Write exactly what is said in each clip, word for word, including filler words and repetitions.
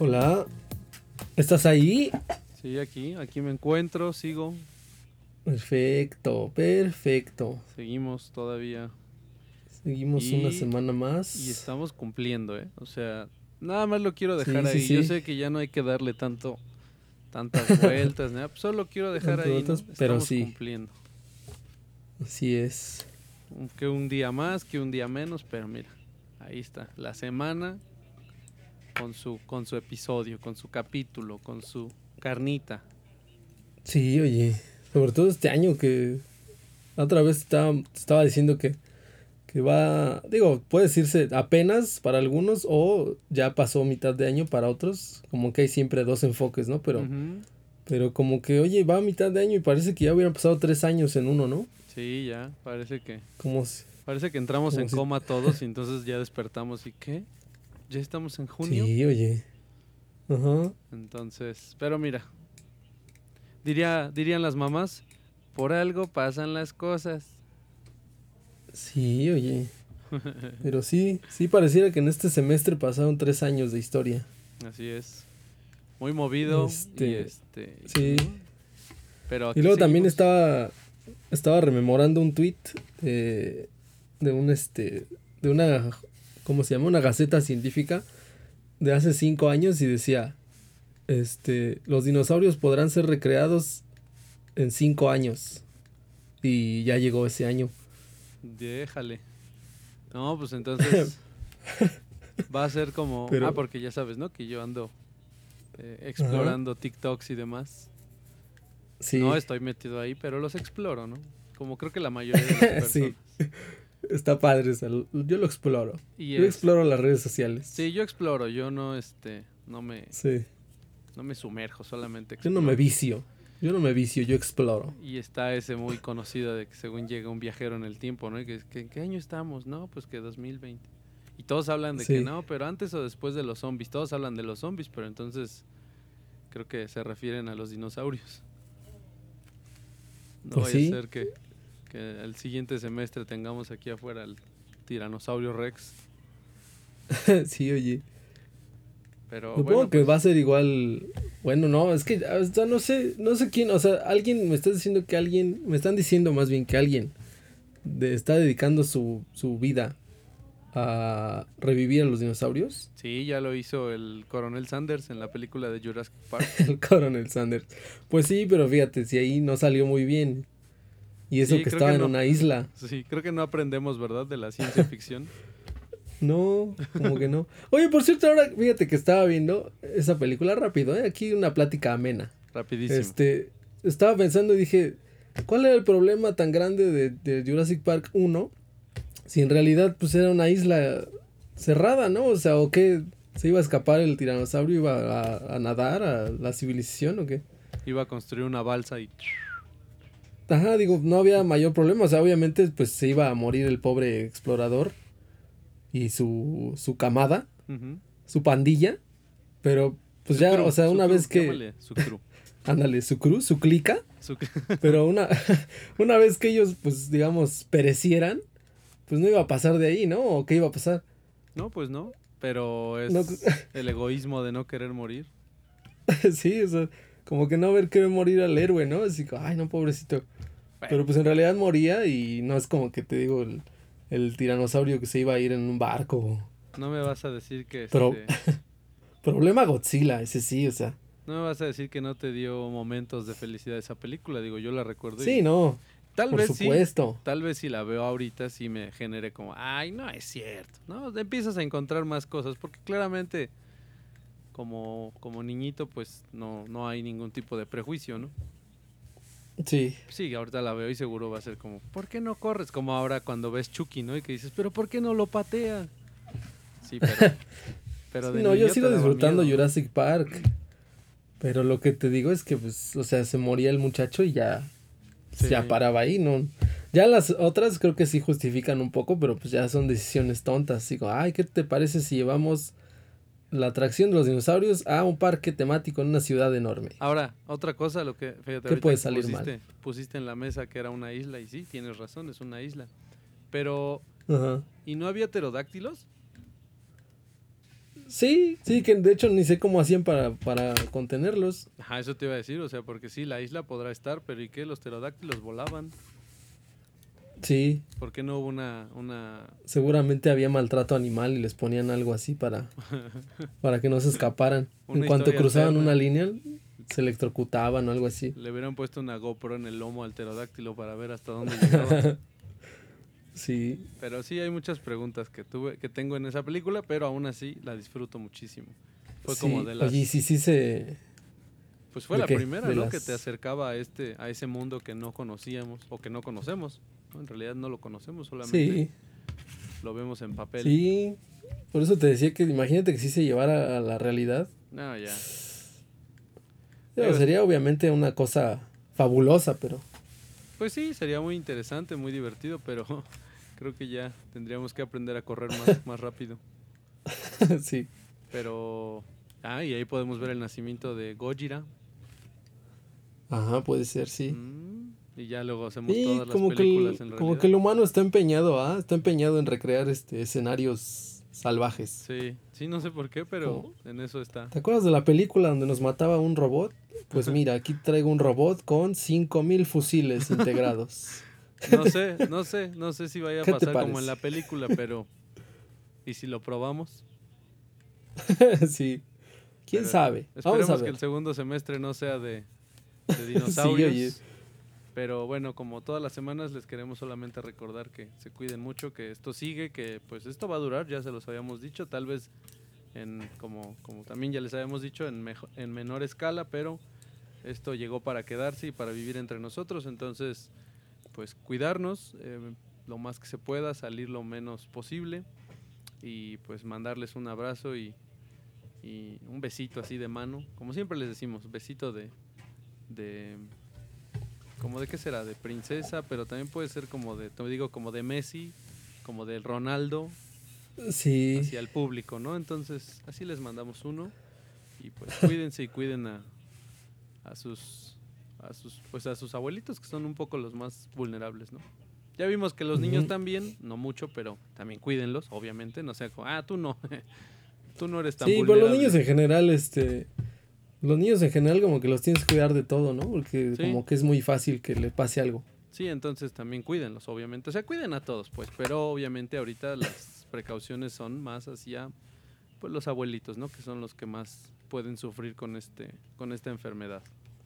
Hola, ¿estás ahí? Sí, aquí, aquí me encuentro, sigo, Perfecto, perfecto. seguimos todavía Seguimos una y, semana y más. estamos cumpliendo, ¿eh? O sea, nada más lo quiero dejar Sí, sí, ahí. Yo sí. sé que ya no hay que darle tanto, tantas vueltas, ¿no? Solo quiero dejar Tantas ahí, vueltas, ¿no? pero Estamos sí, cumpliendo. así es. Un- Que un día más, que un día menos, pero mira, ahí está, la semana con su, con su episodio, con su capítulo, con su carnita. Sí, oye, sobre todo este año que otra vez estaba, estaba diciendo que, que va, digo, puede decirse apenas para algunos o ya pasó mitad de año para otros, como que hay siempre dos enfoques, ¿no? Pero, Ujú. pero como que, oye, va a mitad de año y parece que ya hubieran pasado tres años en uno, ¿no? Sí, ya, parece que, Como si, parece que entramos como en si, coma todos y entonces ya despertamos y ¿qué? ¿Ya estamos en junio? sí, oye, ajá. Entonces, pero mira, diría, dirían las mamás, por algo pasan las cosas. Sí, oye. Pero sí, sí pareciera que en este semestre pasaron tres años de historia. Así es, muy movido y Este, este, y pues sí. ni modo. Pero Y aquí luego también seguimos. estaba, estaba rememorando un tweet de, de un este, de una, ¿cómo se llama? Una gaceta científica de hace cinco años y decía, este, los dinosaurios podrán ser recreados en cinco años. Y ya llegó ese año. Déjale. No, pues entonces va a ser como, ah, Pero, porque ya sabes, ¿no? Que yo ando eh, ajá, explorando TikToks y demás. No sí, estoy metido ahí, pero los exploro, ¿no? Como creo que la mayoría de las sí. personas. Está padre, o sea, yo lo exploro. Y Yo es, exploro las redes sociales. sí, yo exploro, yo no, este, no me, Sí. no me sumerjo, solamente Yo no me exploro. vicio. Yo no me vicio, yo exploro. Y está ese muy conocido de que según llega un viajero en el tiempo, ¿no? Y que, que, ¿en qué año estamos? No, pues que dos mil veinte. Y todos hablan de que Sí. no, pero antes o después de los zombies. Todos hablan de los zombies, pero entonces creo que se refieren a los dinosaurios. No Pues vaya a sí. ser que, que el siguiente semestre tengamos aquí afuera el tiranosaurio Rex. Sí, oye. Pero bueno, Supongo que va a pues ser igual. Bueno, no, es que o sea, no sé, no sé quién, o sea, alguien me está diciendo que alguien, me están diciendo más bien que alguien de- está dedicando su, su vida a revivir a los dinosaurios. sí, ya lo hizo el coronel Sanders en la película de Jurassic Park. El Coronel Sanders. Pues sí, pero fíjate, si ahí no salió muy bien. Y eso Sí, que creo que estaba en no. una isla. Sí, creo que no aprendemos, ¿verdad? De la ciencia ficción. No, como que no. Oye, por cierto, ahora fíjate que estaba viendo esa película rápido, ¿eh? Aquí una plática amena. Rapidísimo. Este, estaba pensando y dije, ¿cuál era el problema tan grande de, de Jurassic Park uno? Si en realidad pues era una isla cerrada, ¿no? O sea, ¿o qué? ¿Se iba a escapar el tiranosaurio? ¿Iba a, a nadar a la civilización o qué? Iba a construir una balsa y... Ajá, digo, no había mayor problema. O sea, obviamente pues se iba a morir el pobre explorador y su, su camada, Ujú. su pandilla. Pero pues Su ya, o crew, sea, su una crew, vez que, llámale su crew. ándale, su cruz, su clica, Su... pero una, una vez que ellos, pues digamos, perecieran, pues no iba a pasar de ahí, ¿no? ¿O qué iba a pasar? No, pues no. Pero No, es el egoísmo de no querer morir. sí, o sea, como que no ver querer morir al héroe, ¿no? Así como, ay, no, pobrecito. Pero Bueno, pues en realidad moría y no es como que te digo el, el tiranosaurio que se iba a ir en un barco. no me vas a decir que Pero este... problema Godzilla, ese sí, o sea. No me vas a decir que no te dio momentos de felicidad esa película. Digo, yo la recuerdo Sí, y... no, Tal por vez sí, supuesto. tal vez si la veo ahorita sí me genere como, ay, no es cierto, ¿no? Empiezas a encontrar más cosas, porque claramente como, como niñito pues no, no hay ningún tipo de prejuicio, ¿no? Sí. Sí, ahorita la veo y seguro va a ser como, ¿por qué no corres? Como ahora cuando ves Chucky, ¿no? Y que dices, pero ¿por qué no lo patea? Sí, pero, pero Sí, de no, yo niño te sigo daba disfrutando miedo, ¿no? Jurassic Park. Pero lo que te digo es que, pues, o sea, se moría el muchacho y ya, pues, ya Sí, paraba ahí, ¿no? Ya las otras creo que sí justifican un poco, pero pues ya son decisiones tontas. Digo, ay, ¿qué te parece si llevamos la atracción de los dinosaurios a un parque temático en una ciudad enorme? ahora, otra cosa, lo que, fíjate, ¿Qué ahorita puede que salir mal? pusiste, pusiste en la mesa que era una isla, y sí, tienes razón, es una isla. Pero, Ajá. ¿y no había pterodáctilos? Sí, sí, que de hecho ni sé cómo hacían para, para contenerlos. Ajá, eso te iba a decir, o sea, porque sí, la isla podrá estar, pero ¿y qué? Los pterodáctilos volaban. Sí, ¿Por qué no hubo una, una, seguramente había maltrato animal y les ponían algo así para, para que no se escaparan. En una cuanto historia cruzaban una alterna? línea, se electrocutaban o algo así. Le hubieran puesto una GoPro en el lomo al pterodáctilo para ver hasta dónde llegaba. Sí, Pero sí hay muchas preguntas que tuve, que tengo en esa película, pero aún así la disfruto muchísimo. Fue como sí. de Oye, ¿y las, sí, sí se... pues fue ¿De la qué? primera, De ¿no? Que te las... acercaba a este, a ese mundo que no conocíamos o que no conocemos, ¿no? En realidad no lo conocemos, solamente Sí, lo vemos en papel. sí. Por eso te decía que imagínate que sí se llevara a la realidad. No, ya. Digo, Digo, es- sería obviamente una cosa fabulosa, pero... pues sí, sería muy interesante, muy divertido, pero creo que ya tendríamos que aprender a correr más, más rápido. sí. Pero, ah, y ahí podemos ver el nacimiento de Gojira. Ajá, puede ser, sí. Mm, y ya luego hacemos Y todas las como que películas el, en como que realidad. el humano está empeñado, ¿ah? Está empeñado en recrear este escenarios salvajes. Sí, sí, no sé por qué, pero Como, en eso está. ¿te acuerdas de la película donde nos mataba un robot? Pues mira, aquí traigo un robot con cinco mil fusiles integrados. No sé, no sé, no sé si vaya a ¿Qué te pasar como en parece? la película, pero ¿y si lo probamos? Sí, quién Pero sabe. Vamos a esperemos que ver. el segundo semestre no sea de, de Sí, oye. dinosaurios. Pero bueno, como todas las semanas les queremos solamente recordar que se cuiden mucho, que esto sigue, que pues esto va a durar, ya se los habíamos dicho, tal vez en como como también ya les habíamos dicho en mejo- en menor escala, pero esto llegó para quedarse y para vivir entre nosotros, entonces pues cuidarnos eh, lo más que se pueda, salir lo menos posible y pues mandarles un abrazo y, y un besito así de mano, como siempre les decimos, besito de, de como de qué será, de princesa, pero también puede ser como de, te digo, como de Messi, como de Ronaldo Sí, hacia el público, ¿no? Entonces así les mandamos uno y pues cuídense y cuiden a, a sus a sus pues a sus abuelitos que son un poco los más vulnerables, ¿no? Ya vimos que los niños ujú. también, no mucho, pero también cuídenlos, obviamente, no sea como, ah, tú no, tú no eres tan Sí, pero los niños vulnerable. en general, este, los niños en general como que los tienes que cuidar de todo, ¿no? Porque Sí, como que es muy fácil que le pase algo. sí, entonces también cuídenlos, obviamente. O sea, cuiden a todos, pues, pero obviamente ahorita las precauciones son más hacia pues los abuelitos, ¿no? Que son los que más pueden sufrir con este con esta enfermedad.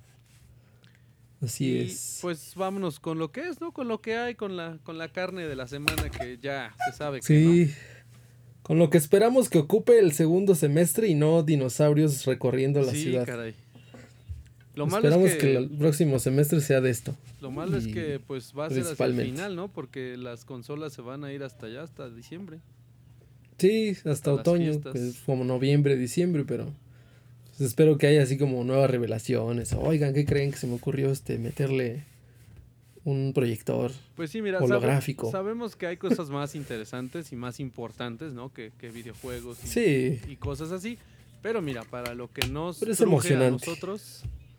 Así Y es. pues vámonos con lo que es, ¿no? Con lo que hay, con la con la carne de la semana que ya se sabe que, ¿no? Sí, con lo que esperamos que ocupe el segundo semestre y no dinosaurios recorriendo la Sí, ciudad. caray. Lo malo es Esperamos que que el próximo semestre sea de esto. lo malo es Y que pues va a ser hacia el principalmente. final, ¿no? Porque las consolas se van a ir hasta allá, hasta diciembre, Sí, hasta hasta las otoño, que es fiestas. como noviembre, diciembre, pero pues, espero que haya así como nuevas revelaciones. Oigan, ¿qué creen que se me ocurrió este meterle un proyector Pues sí, mira, sabe- holográfico? sabemos que hay cosas más interesantes y más importantes, ¿no? Que, que videojuegos y, Sí, y cosas así. Pero mira, para lo que nos pero es truje a emocionante. nosotros,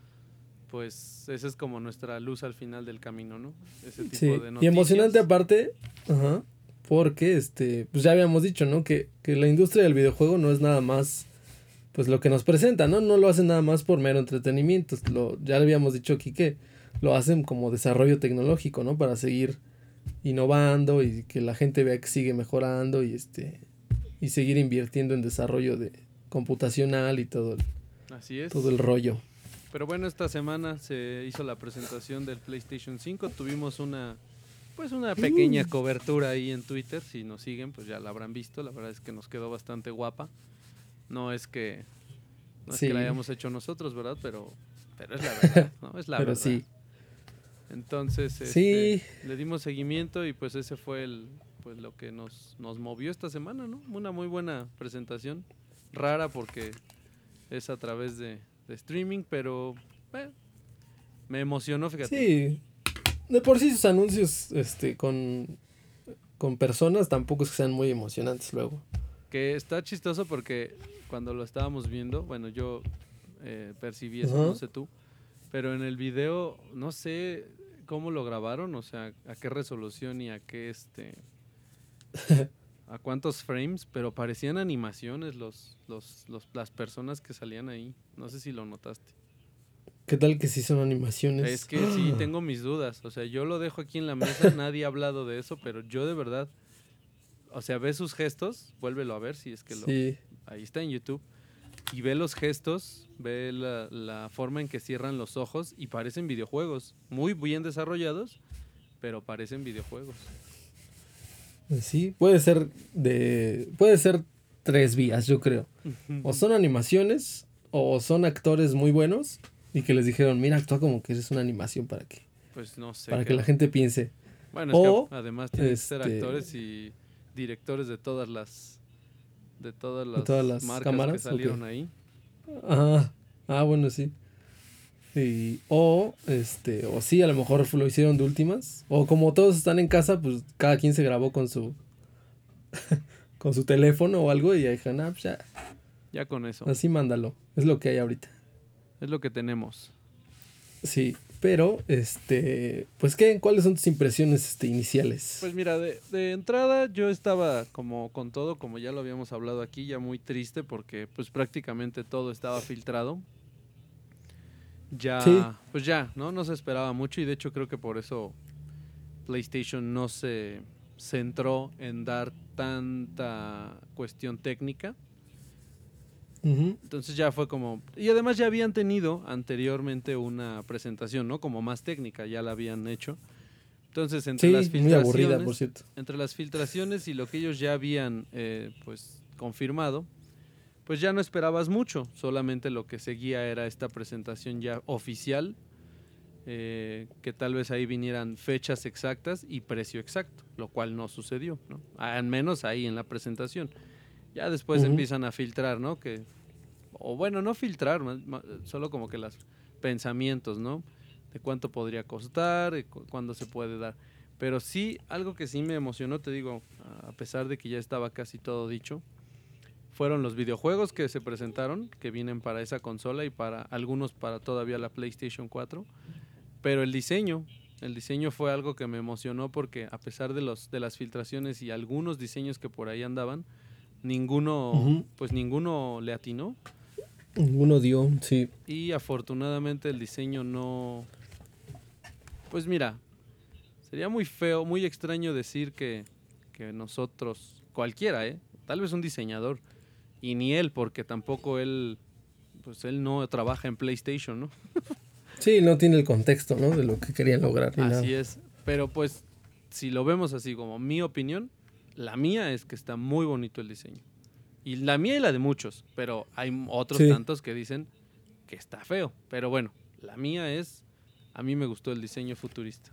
pues esa es como nuestra luz al final del camino, ¿no? Ese tipo Sí, de y emocionante noticias. aparte, ajá, porque este, pues ya habíamos dicho, ¿no? Que, que la industria del videojuego no es nada más, pues lo que nos presenta, ¿no? No lo hacen nada más por mero entretenimiento, lo, ya le habíamos dicho aquí que lo hacen como desarrollo tecnológico, ¿no? Para seguir innovando y que la gente vea que sigue mejorando y este, y seguir invirtiendo en desarrollo de computacional y todo el, Así todo es. el rollo. Pero bueno, esta semana se hizo la presentación del PlayStation cinco. Tuvimos una, pues una pequeña Uh, cobertura ahí en Twitter. Si nos siguen, pues ya la habrán visto. La verdad es que nos quedó bastante guapa. No es que, no es que la sí, hayamos hecho nosotros, ¿verdad? Pero, pero es la verdad, ¿no? Es la pero verdad. sí, Entonces, este, sí, le dimos seguimiento y pues ese fue el, pues lo que nos, nos movió esta semana, ¿no? Una muy buena presentación. Rara porque es a través de, de streaming, pero eh, me emocionó, fíjate. sí. De por sí sus anuncios este, con, con personas tampoco es que sean muy emocionantes luego. Que está chistoso porque cuando lo estábamos viendo, bueno, yo eh, percibí eso, no Ajá. sé tú, pero en el video no sé cómo lo grabaron, o sea, a qué resolución y a qué este a cuántos frames, pero parecían animaciones los, los, los, las personas que salían ahí. No sé si lo notaste. ¿Qué tal que sí son animaciones? Es que sí, tengo mis dudas. O sea, yo lo dejo aquí en la mesa, nadie ha hablado de eso, pero yo de verdad, o sea, ve sus gestos, vuélvelo a ver si es que lo... Sí. Ahí está en YouTube. Y ve los gestos, ve la, la forma en que cierran los ojos y parecen videojuegos. Muy bien desarrollados, pero parecen videojuegos. Sí, puede ser de... Puede ser tres vías, yo creo. O son animaciones, o son actores muy buenos y que les dijeron, mira, actúa como que es una animación para que... Pues no sé. Para que la gente piense. Bueno, o, es que además tienen este, que ser actores y directores de todas las... De todas las, de todas las marcas cámaras que salieron okay. ahí. Ah, ah, bueno, sí. Y, o, este, o sí, a lo mejor lo hicieron de últimas. O como todos están en casa, pues cada quien se grabó con su con su teléfono o algo y ya dijeron, ah, pues ya. Ya con eso. Así mándalo. Es lo que hay ahorita. Es lo que tenemos. Sí, pero, este, pues qué, ¿cuáles son tus impresiones este, iniciales? Pues mira, de, de entrada yo estaba como con todo, como ya lo habíamos hablado aquí, ya muy triste porque pues prácticamente todo estaba filtrado. Ya, sí. pues ya, ¿no? No se esperaba mucho y de hecho creo que por eso PlayStation no se centró en dar tanta cuestión técnica. Uh-huh. Entonces ya fue como... Y además ya habían tenido anteriormente una presentación, ¿no? Como más técnica, ya la habían hecho. Entonces entre sí, las filtraciones... muy aburrida, por cierto. Entre las filtraciones y lo que ellos ya habían, eh, pues, confirmado, pues ya no esperabas mucho. Solamente lo que seguía era esta presentación ya oficial, eh, que tal vez ahí vinieran fechas exactas y precio exacto, lo cual no sucedió, ¿no? Al menos ahí en la presentación. Ya después uh-huh. empiezan a filtrar, ¿no? Que, o bueno, no filtrar, solo como que los pensamientos, ¿no? De cuánto podría costar, cu- cuándo se puede dar. Pero sí, algo que sí me emocionó, te digo, a pesar de que ya estaba casi todo dicho, fueron los videojuegos que se presentaron, que vienen para esa consola y para algunos para todavía la PlayStation cuatro. Pero el diseño, el diseño fue algo que me emocionó porque a pesar de, los, de las filtraciones y algunos diseños que por ahí andaban, ninguno, uh-huh. pues ninguno le atinó. Ninguno dio, sí. Y afortunadamente el diseño no... Pues mira, sería muy feo, muy extraño decir que, que nosotros, cualquiera, ¿eh? Tal vez un diseñador, y ni él, porque tampoco él, pues él no trabaja en PlayStation, ¿no? Sí, no tiene el contexto, ¿no? De lo que querían lograr. Ni así nada. es, pero pues si lo vemos así como mi opinión, la mía es que está muy bonito el diseño. Y la mía y la de muchos, pero hay otros sí. tantos que dicen que está feo. Pero bueno, la mía es, a mí me gustó el diseño futurista.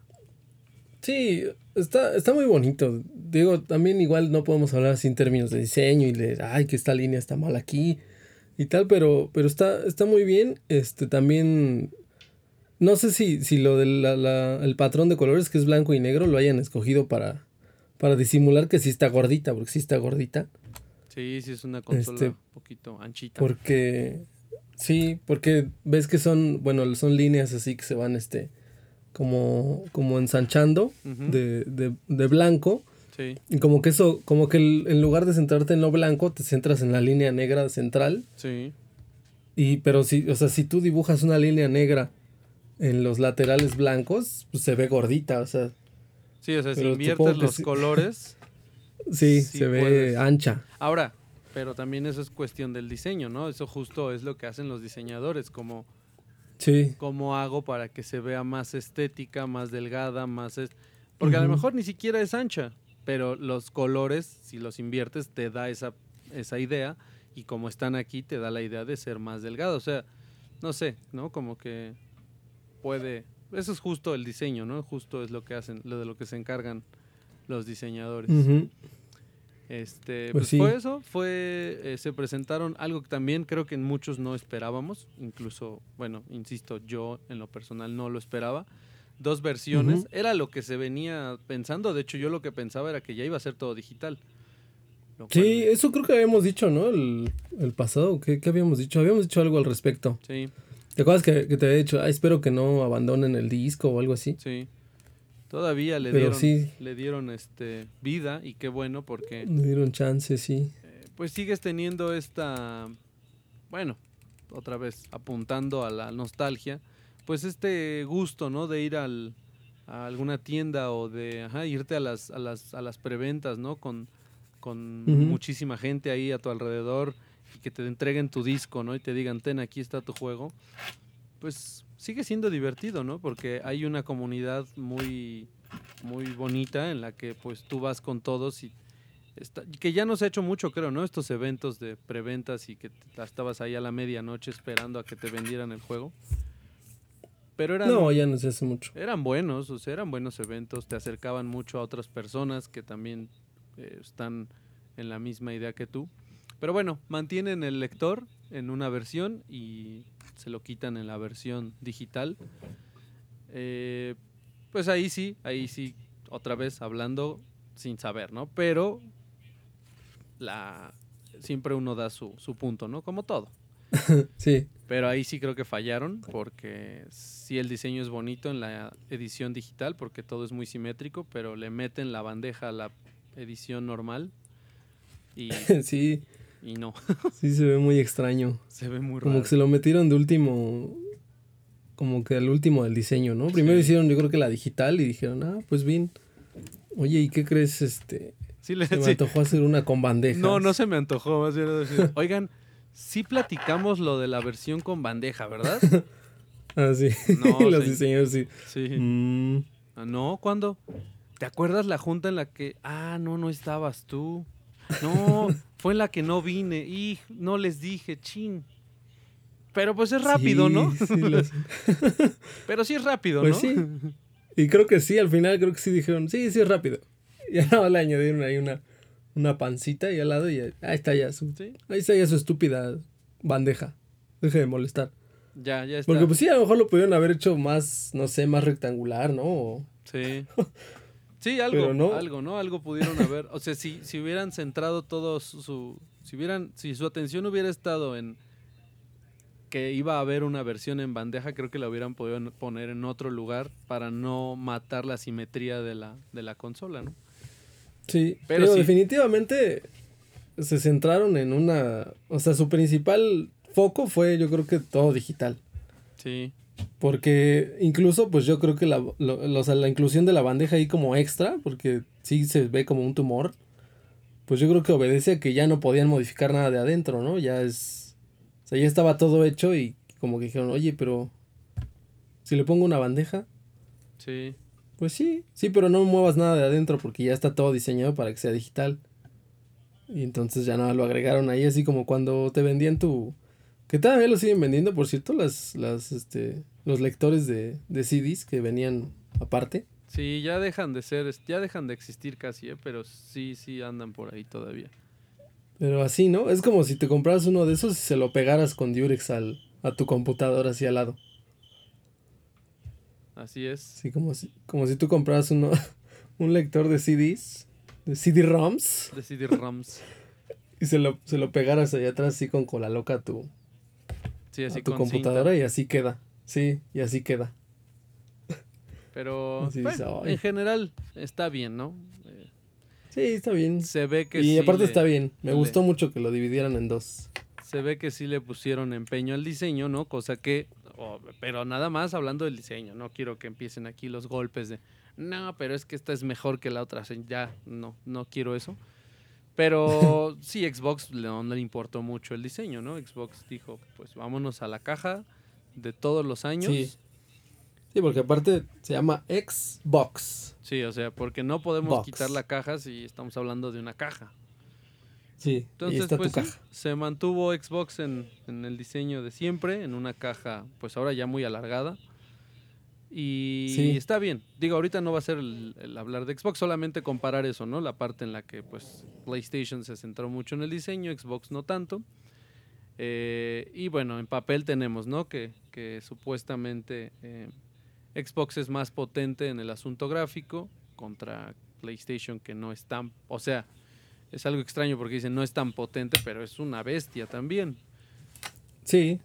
Sí, está, está muy bonito. Digo, también igual no podemos hablar así en términos de diseño y de, ay, que esta línea está mal aquí y tal, pero, pero está, está muy bien. Este, también, no sé si, si lo del el patrón de colores, que es blanco y negro, lo hayan escogido para, para disimular que sí está gordita, porque sí está gordita. Sí, sí es una consola este, un poquito anchita. Porque, sí, porque ves que son, bueno, son líneas así que se van, este... como, como ensanchando uh-huh. de, de, de blanco. Sí. Y como que eso, como que el, en lugar de centrarte en lo blanco, te centras en la línea negra central. Sí. Y, pero si, o sea, si tú dibujas una línea negra en los laterales blancos, pues se ve gordita, o sea. Sí, o sea, si inviertes los sí. colores. sí, sí, se puedes. ve ancha. Ahora, pero también eso es cuestión del diseño, ¿no? Eso justo es lo que hacen los diseñadores, como... Sí. ¿Cómo hago para que se vea más estética, más delgada, más... Es... Porque uh-huh. a lo mejor ni siquiera es ancha, pero los colores, si los inviertes, te da esa, esa idea y como están aquí, te da la idea de ser más delgado. O sea, no sé, ¿no? Como que puede... Eso es justo el diseño, ¿no? Justo es lo que hacen, lo de lo que se encargan los diseñadores. Uh-huh. Este, pues pues sí. fue eso, fue, eh, se presentaron algo que también creo que muchos no esperábamos, incluso, bueno, insisto, yo en lo personal no lo esperaba, dos versiones, uh-huh. era lo que se venía pensando, de hecho yo lo que pensaba era que ya iba a ser todo digital. Lo sí, cual... eso creo que habíamos dicho, ¿no? El, el pasado, ¿qué, ¿qué habíamos dicho? Habíamos dicho algo al respecto. Sí. ¿Te acuerdas que, que te había dicho, ah, espero que no abandonen el disco o algo así? Sí. Todavía le Pero dieron, sí, le dieron este vida y qué bueno porque le dieron chance, sí. eh, pues sigues teniendo esta, bueno, otra vez apuntando a la nostalgia, pues este gusto, ¿no? De ir al, a alguna tienda o de ajá, irte a las, a las, a las preventas, ¿no? Con, con Ujú. muchísima gente ahí a tu alrededor y que te entreguen tu disco, ¿no? Y te digan, ten, aquí está tu juego. Pues sigue siendo divertido, ¿no? Porque hay una comunidad muy, muy bonita en la que pues tú vas con todos y está, que ya no se ha hecho mucho, creo, ¿no? Estos eventos de preventas y que te- estabas ahí a la medianoche esperando a que te vendieran el juego. Pero No, eran, ya no se hace mucho. eran buenos, o sea, eran buenos eventos, te acercaban mucho a otras personas que también eh, están en la misma idea que tú. Pero bueno, mantienen el lector en una versión y se lo quitan en la versión digital. Eh, pues ahí sí, ahí sí, otra vez hablando sin saber, ¿no? Pero la siempre uno da su, su punto, ¿no? Como todo. Sí, Pero ahí sí creo que fallaron porque sí el diseño es bonito en la edición digital porque todo es muy simétrico, pero le meten la bandeja a la edición normal y, sí, y no, sí se ve muy extraño. se ve muy Como que raro. se lo metieron de último, como que al último del diseño, ¿no? Primero Sí, hicieron yo creo que la digital y dijeron, ah, pues bien. Oye, ¿y qué crees? Este, sí, le, se me sí. antojó hacer una con No, no bandejas. se me antojó, más bien decir, oigan, sí platicamos lo de la versión con bandeja, ¿verdad? Ah, sí, No, los se, diseñadores sí. sí. Mm, Ah, no, ¿cuándo? ¿Te acuerdas la junta en la que, ah, no, no estabas tú? No, fue en la que no vine y no les dije, chin. Pero pues es rápido, ¿no? sí, sí lo hacen. Pero sí es rápido, Pues ¿no? sí. Y creo que sí, al final creo que sí dijeron, sí, sí es rápido. Y ya no le añadieron ahí una, una pancita y al lado y ahí está ya su, Sí, ahí está ya su estúpida bandeja. Deje de molestar. ya, ya Porque está. pues sí, a lo mejor lo pudieron haber hecho más, no sé, más rectangular, ¿no? O- Sí. Sí, Pero algo, no. algo, ¿no? Algo pudieron haber. O sea, si, si hubieran centrado todo su, su- si hubieran, si su atención hubiera estado en que iba a haber una versión en bandeja, creo que la hubieran podido n- poner en otro lugar para no matar la simetría de la, de la consola, ¿no? Sí, te Pero digo, sí, definitivamente se centraron en una, o sea, su principal foco fue yo creo que todo digital. sí, Porque incluso, pues yo creo que la, lo- o sea, la inclusión de la bandeja ahí como extra, porque sí se ve como un tumor, pues yo creo que obedece a que ya no podían modificar nada de adentro, ¿no? Ya es, o sea, ya estaba todo hecho y como que dijeron, oye, pero si le pongo una bandeja, sí. pues sí, sí, pero no muevas nada de adentro porque ya está todo diseñado para que sea digital. Y entonces ya nada, lo agregaron ahí así como cuando te vendían tu... Que todavía lo siguen vendiendo, por cierto, las, las, este, los lectores de, de C Ds que venían aparte. Sí, ya dejan de ser, es- ya dejan de existir casi, ¿eh? Pero sí, sí andan por ahí todavía. Pero así, ¿no? Es como si te compraras uno de esos y se lo pegaras con Durex al, a tu computadora así al lado. Así es. Así como si, como si tú compraras uno, un lector de C Ds, de C D-ROMs, De C D-ROMs. y se lo, se lo pegaras allá atrás así con cola loca a tu, Sí, a así tu con cinta. computadora y así queda. Sí, y así queda. Pero, Así dice, bueno, en ay. general está bien, ¿no? Eh, Sí, está bien. se ve que Y sí aparte le, está bien. Me le, gustó mucho que lo dividieran en dos. se ve que sí le pusieron empeño al diseño, ¿no? Cosa que, oh, pero nada más hablando del diseño, no quiero que empiecen aquí los golpes de, no, pero es que esta es mejor que la otra, sí, ya, no, no quiero eso. Pero sí, Xbox le- no le importó mucho el diseño, ¿no? Xbox dijo, pues vámonos a la caja de todos los Sí. años. Sí, Y porque aparte se llama Xbox. sí, o sea, porque no podemos quitar la Box. caja si estamos hablando de una caja. Sí, y Entonces, está tu pues sí, caja. se mantuvo Xbox en, en el diseño de siempre, en una caja, pues ahora ya muy alargada. Y Sí, está bien. Digo, ahorita no va a ser el, el hablar de Xbox, solamente comparar eso, ¿no? La parte en la que, pues, PlayStation se centró mucho en el diseño, Xbox no tanto. Eh, y bueno, en papel tenemos, ¿no? Que, que supuestamente eh, Xbox es más potente en el asunto gráfico contra PlayStation que no es tan... O sea, es algo extraño porque dicen no es tan potente, pero es una bestia también. sí.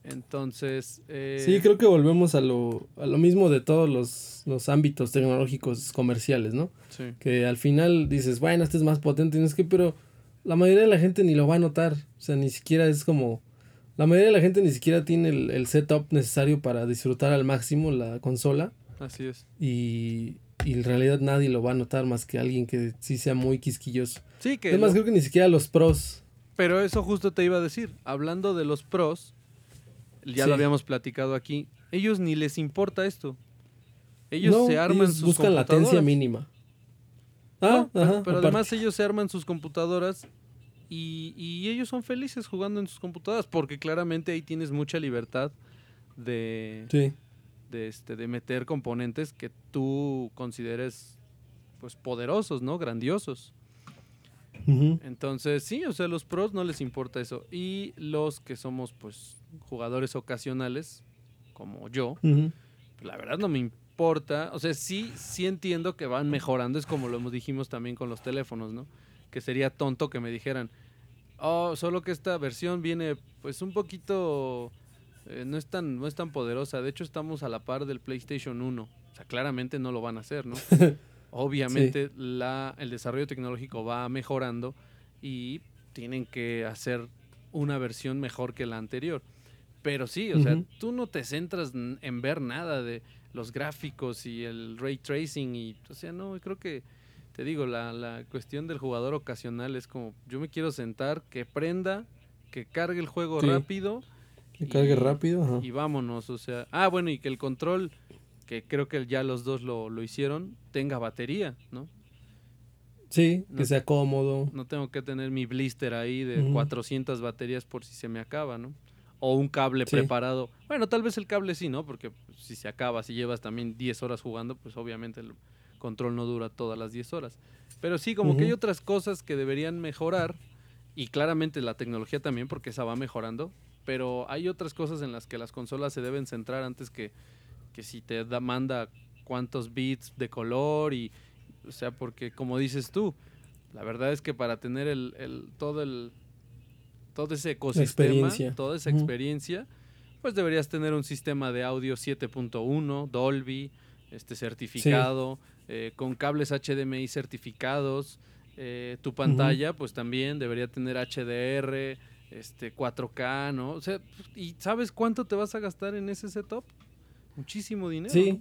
Entonces... Eh, sí, creo que volvemos a lo, a lo mismo de todos los, los ámbitos tecnológicos comerciales, ¿no? Sí. Que al final dices, bueno, este es más potente, no es que, pero la mayoría de la gente ni lo va a notar. O sea, ni siquiera es como... La mayoría de la gente ni siquiera tiene el, el setup necesario para disfrutar al máximo la consola. Así es. Y, y en realidad nadie lo va a notar más que alguien que sí sea muy quisquilloso. Sí, que... Además, lo... creo que ni siquiera los pros. Pero eso justo te iba a decir. Hablando de los pros, ya Sí. lo habíamos platicado aquí, ellos ni les importa esto. Ellos No, se arman ellos sus buscan computadoras. latencia mínima. Ah, No, ajá, pero, pero aparte. además ellos se arman sus computadoras y, y ellos son felices jugando en sus computadoras porque claramente ahí tienes mucha libertad de, Sí. de, este, de meter componentes que tú consideres pues poderosos, ¿no? Grandiosos. Uh-huh. Entonces, sí, o sea, los pros no les importa eso. Y los que somos, pues, jugadores ocasionales, como yo, Uh-huh. pues, la verdad no me importa. O sea, sí, sí entiendo que van mejorando. Es como lo dijimos también con los teléfonos, ¿no? Que sería tonto que me dijeran, oh, solo que esta versión viene, pues, un poquito... Eh, no es tan, no es tan poderosa. De hecho, estamos a la par del PlayStation uno. O sea, claramente no lo van a hacer, ¿no? Obviamente sí. la, el desarrollo tecnológico va mejorando y tienen que hacer una versión mejor que la anterior. Pero sí, o uh-huh. sea, tú no te centras en ver nada de los gráficos y el ray tracing y, o sea, no, creo que, te digo, la, la cuestión del jugador ocasional es como, yo me quiero sentar, que prenda, que cargue el juego sí. rápido. Que cargue rápido, ajá. Y vámonos, o sea, ah, bueno, y que el control... que creo que ya los dos lo, lo hicieron, tenga batería, ¿no? Sí, no, que sea cómodo. No tengo que tener mi blister ahí de uh-huh. cuatrocientas baterías por si se me acaba, ¿no? O un cable sí. preparado. Bueno, tal vez el cable sí, ¿no? Porque pues, si se acaba, si llevas también diez horas jugando, pues obviamente el control no dura todas las diez horas. Pero sí, como uh-huh. que hay otras cosas que deberían mejorar y claramente la tecnología también, porque esa va mejorando, pero hay otras cosas en las que las consolas se deben centrar antes que que si te da, manda cuántos bits de color y, o sea, porque como dices tú, la verdad es que para tener el, el todo el todo ese ecosistema, toda esa uh-huh. experiencia, pues deberías tener un sistema de audio siete punto uno, Dolby, este certificado, sí. eh, con cables H D M I certificados, eh, tu pantalla uh-huh. pues también debería tener H D R, este cuatro K, ¿no? O sea, ¿y sabes cuánto te vas a gastar en ese setup? Muchísimo dinero. Sí.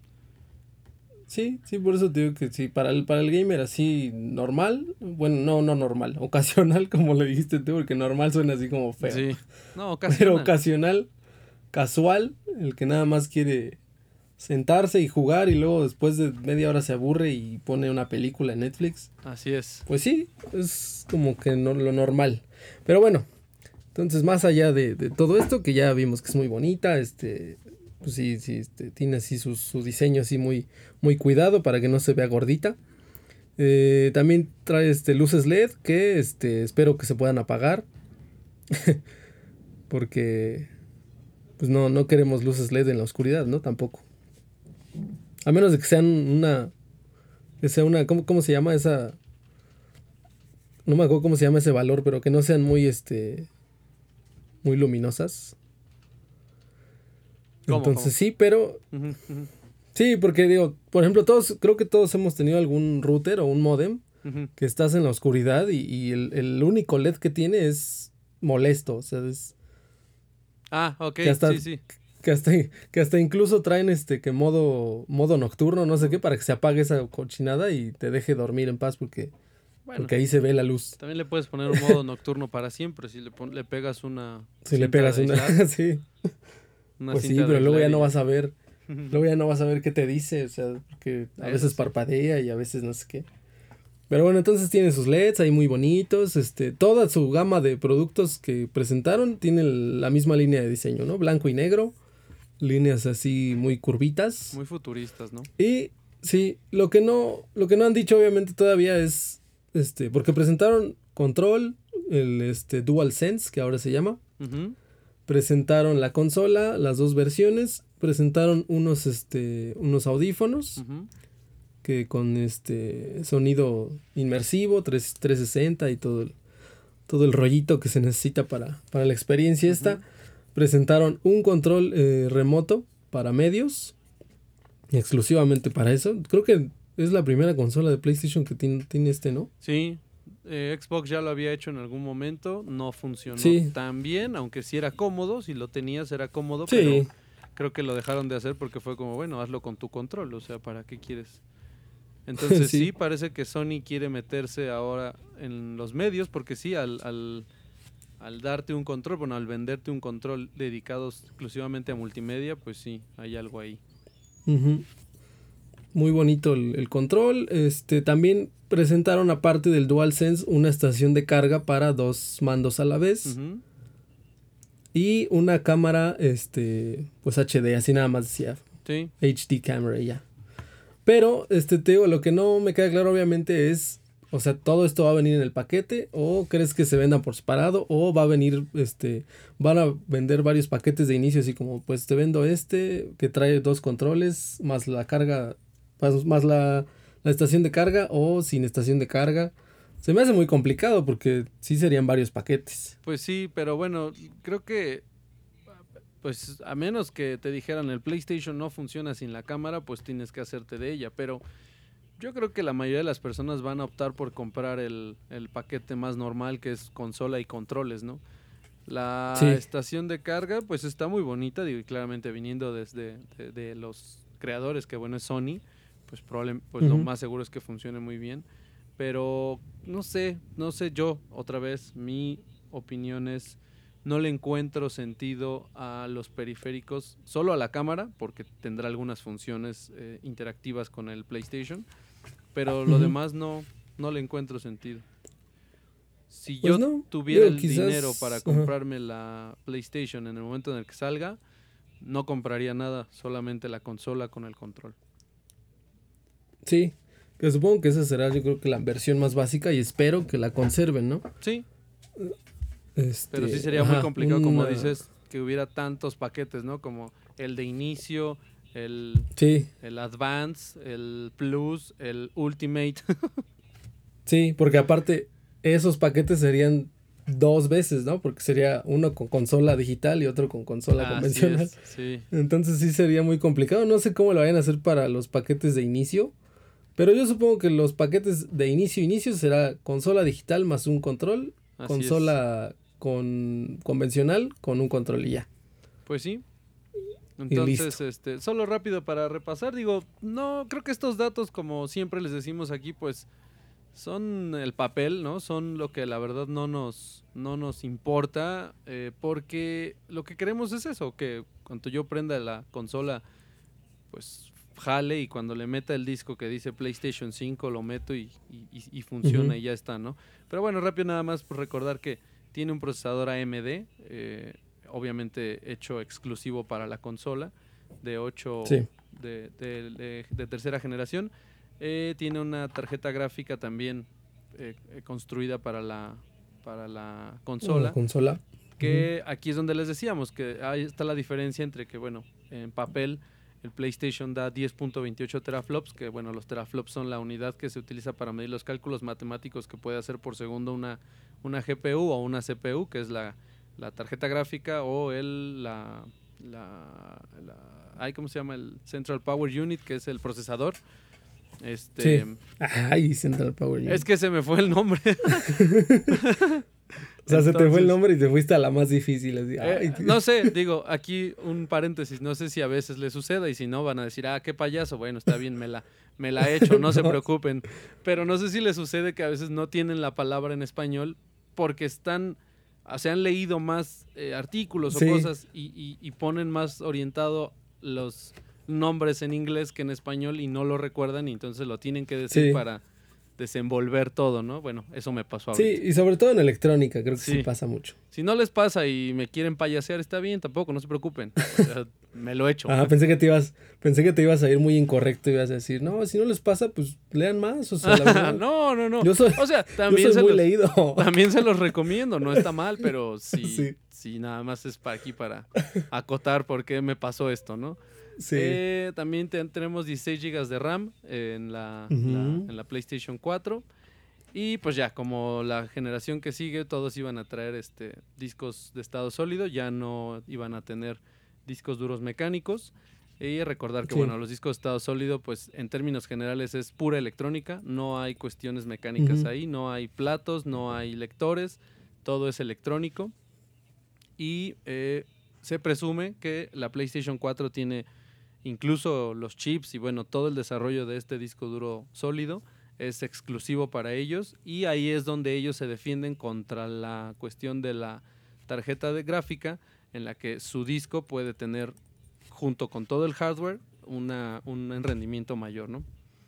Sí, sí, por eso te digo que sí, para el, para el gamer así normal, bueno, no, no normal, ocasional, como le dijiste tú, porque normal suena así como feo. Sí, no, ocasional. Pero ocasional, casual, el que nada más quiere sentarse y jugar y luego después de media hora se aburre y pone una película en Netflix. Así es. Pues sí, es como que no, lo normal. Pero bueno, entonces más allá de, de todo esto, que ya vimos que es muy bonita, este... pues sí, sí, este, tiene así su, su diseño así muy, muy cuidado para que no se vea gordita. Eh, también trae este, luces L E D que este, espero que se puedan apagar. Porque pues no, no queremos luces L E D en la oscuridad, ¿no? Tampoco. A menos de que sean una... Que sea una... ¿Cómo, cómo se llama esa...? No me acuerdo cómo se llama ese valor, pero que no sean muy, este... muy luminosas. ¿Cómo, Entonces cómo? sí, pero... Uh-huh, uh-huh. Sí, porque digo, por ejemplo, todos, creo que todos hemos tenido algún router o un modem uh-huh. que estás en la oscuridad y, y el, el único L E D que tiene es molesto, o sea, es... Ah, ok, que hasta, sí, sí. Que hasta, que hasta incluso traen este, que modo, modo nocturno, no sé qué, para que se apague esa cochinada y te deje dormir en paz porque, bueno, porque ahí se ve la luz. También le puedes poner un modo nocturno para siempre si le, pon, le pegas una... Si le pegas una, sí. Una pues sí, pero luego ya no vas a ver... Luego ya no vas a ver qué te dice, o sea, porque a Eso veces sí. parpadea y a veces no sé qué. Pero bueno, entonces tiene sus L E Ds ahí muy bonitos, este, toda su gama de productos que presentaron tiene la misma línea de diseño, ¿no? Blanco y negro, líneas así muy curvitas. Muy futuristas, ¿no? Y sí, lo que no, lo que no han dicho obviamente todavía es, este, porque presentaron Control, el este, DualSense, que ahora se llama. Uh-huh. Presentaron la consola, las dos versiones. Presentaron unos, este, unos audífonos uh-huh. que con este sonido inmersivo, trescientos sesenta y todo el, todo el rollito que se necesita para, para la experiencia uh-huh. esta. presentaron un control eh, remoto para medios, exclusivamente para eso. Creo que es la primera consola de PlayStation que tiene, tiene este, ¿no? Sí, eh, Xbox ya lo había hecho en algún momento, no funcionó Sí. tan bien, aunque sí era cómodo, si lo tenías era cómodo, Sí. pero creo que lo dejaron de hacer porque fue como, bueno, hazlo con tu control, o sea, ¿para qué quieres? Entonces sí. sí, parece que Sony quiere meterse ahora en los medios, porque sí, al, al, al darte un control, bueno, al venderte un control dedicado exclusivamente a multimedia, pues sí, hay algo ahí. Uh-huh. Muy bonito el, el control. Este, también presentaron, aparte del DualSense, una estación de carga para dos mandos a la vez. Uh-huh. Y una cámara, este, pues H D, así nada más decía. Sí. H D camera, ya. Pero, este, te digo, lo que no me queda claro obviamente es, o sea, ¿todo esto va a venir en el paquete? ¿O crees que se vendan por separado? ¿O va a venir, este, van a vender varios paquetes de inicio? Así como, pues te vendo este, que trae dos controles, más la carga, más, más la, la estación de carga, o sin estación de carga. Se me hace muy complicado porque sí serían varios paquetes. Pues sí, pero bueno, creo que pues a menos que te dijeran el PlayStation no funciona sin la cámara, pues tienes que hacerte de ella, pero yo creo que la mayoría de las personas van a optar por comprar el, el paquete más normal, que es consola y controles, ¿no? La sí. estación de carga, pues está muy bonita, digo, y claramente viniendo desde de, de los creadores, que bueno, es Sony, pues, probable, pues uh-huh. lo más seguro es que funcione muy bien, pero no sé, no sé yo, otra vez, mi opinión es... No le encuentro sentido a los periféricos, solo a la cámara, porque tendrá algunas funciones eh, interactivas con el PlayStation, pero lo uh-huh. demás no, no le encuentro sentido. Si pues yo no, tuviera yo, el quizás, dinero para comprarme uh-huh. la PlayStation en el momento en el que salga, no compraría nada, solamente la consola con el control. Sí, que supongo que esa será, yo creo que la versión más básica y espero que la conserven, ¿no? Sí. Este, pero sí sería ajá, muy complicado, una... como dices, que hubiera tantos paquetes, ¿no? Como el de inicio, el, sí. el Advance, el Plus, el Ultimate. Sí, porque aparte esos paquetes serían dos veces, ¿no? Porque sería uno con consola digital y otro con consola ah, convencional. Es, sí. Entonces sí sería muy complicado. No sé cómo lo vayan a hacer para los paquetes de inicio. Pero yo supongo que los paquetes de inicio inicio será consola digital más un control, Así consola... Es. con convencional con un control y ya. Pues sí. Entonces, este, solo rápido para repasar, digo, no, creo que estos datos, como siempre les decimos aquí, pues son el papel, ¿no? Son lo que la verdad no nos, no nos importa, eh, porque lo que queremos es eso, que cuando yo prenda la consola, pues jale, y cuando le meta el disco que dice PlayStation cinco, lo meto y, y, y funciona uh-huh. y ya está, ¿no? Pero bueno, rápido nada más por recordar que tiene un procesador A M D, eh, obviamente hecho exclusivo para la consola, de ocho sí. de, de, de, de tercera generación. Eh, tiene una tarjeta gráfica también eh, construida para la, para la consola. La consola. Que uh-huh. aquí es donde les decíamos que ahí está la diferencia entre que, bueno, en papel el PlayStation da diez punto veintiocho teraflops, que bueno, los teraflops son la unidad que se utiliza para medir los cálculos matemáticos que puede hacer por segundo una una G P U o una C P U, que es la, la tarjeta gráfica, o el la, la, la ay, ¿cómo se llama? El Central Power Unit, que es el procesador. Este, sí. Ay, Central Power Unit. Es que se me fue el nombre. O sea, Entonces, se te fue el nombre y te fuiste a la más difícil. Así, eh, no sé, digo, aquí un paréntesis, no sé si a veces le suceda y si no van a decir, ah, qué payaso, bueno, está bien, me la, me la he hecho, no, no se preocupen. Pero no sé si les sucede que a veces no tienen la palabra en español porque están, se han leído más eh, artículos o sí. cosas y, y, y ponen más orientado los nombres en inglés que en español y no lo recuerdan y entonces lo tienen que decir sí. para desenvolver todo, ¿no? Bueno, eso me pasó ahorita. Sí, y sobre todo en electrónica, creo que sí, sí pasa mucho. Si no les pasa y me quieren payasear, está bien, tampoco, no se preocupen. O sea, me lo he hecho. Ajá, pensé que te ibas, pensé que te ibas a ir muy incorrecto y ibas a decir, no, si no les pasa, pues lean más. O sea, la verdad, no, no, no. Yo soy, o sea, también yo soy se muy los, leído. También se los recomiendo, no está mal, pero sí, sí. sí, nada más es para aquí para acotar por qué me pasó esto, ¿no? Sí. Eh, también te, tenemos dieciséis gigas de RAM en la, uh-huh. la, en la PlayStation cuatro. Y pues ya, como la generación que sigue, todos iban a traer este discos de estado sólido, ya no iban a tener discos duros mecánicos. Y recordar que, Sí. bueno, los discos de estado sólido, pues en términos generales es pura electrónica, no hay cuestiones mecánicas Ujú. ahí, no hay platos, no hay lectores, todo es electrónico. Y eh, se presume que la PlayStation cuatro tiene incluso los chips y, bueno, todo el desarrollo de este disco duro sólido es exclusivo para ellos, y ahí es donde ellos se defienden contra la cuestión de la tarjeta de gráfica, en la que su disco puede tener, junto con todo el hardware, una, un rendimiento mayor, ¿no?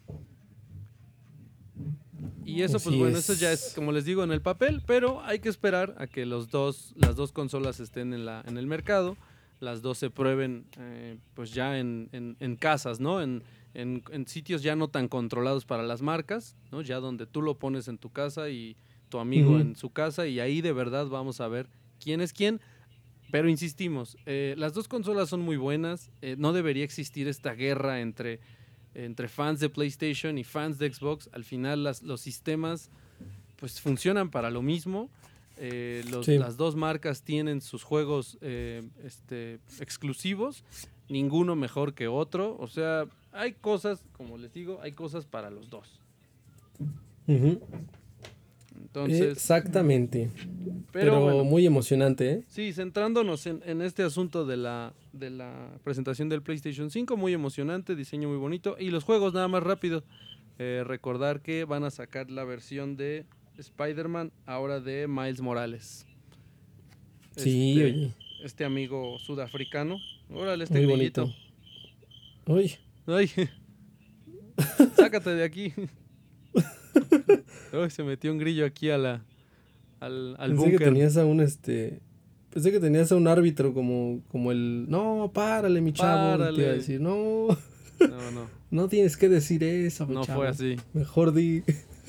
Y eso, pues Así bueno, eso ya es, es. como les digo, en el papel, pero hay que esperar a que los dos, las dos consolas estén en, la, en el mercado, las dos se prueben eh, pues ya en, en, en casas, ¿no? En, en, en sitios ya no tan controlados para las marcas, ¿no? Ya donde tú lo pones en tu casa y tu amigo Ujú. en su casa, y ahí de verdad vamos a ver quién es quién. Pero insistimos, eh, las dos consolas son muy buenas, eh, no debería existir esta guerra entre, entre fans de PlayStation y fans de Xbox. Al final las, los sistemas pues funcionan para lo mismo. Eh, los, Sí. las dos marcas tienen sus juegos eh, este, exclusivos, ninguno mejor que otro. O sea, hay cosas, como les digo, hay cosas para los dos. Ujú. Entonces, Exactamente. pero Pero bueno, muy emocionante, ¿eh? sí, centrándonos en, en este asunto de la, de la presentación del PlayStation cinco, muy emocionante, diseño muy bonito. Y los juegos, nada más rápido. Eh, recordar que van a sacar la versión de Spider-Man ahora de Miles Morales. Sí, Este, oye, este amigo sudafricano. Órale, este muy grillito. bonito. Uy, Ay, sácate de aquí. Ay, se metió un grillo aquí a la, al, al pensé que búnker. tenías a un este. Pensé que tenías a un árbitro como, como el. No, párale, mi chavo. Y te iba a Párale. decir, no, No, no, no tienes que decir eso, mi no fue chavo. así. Mejor di.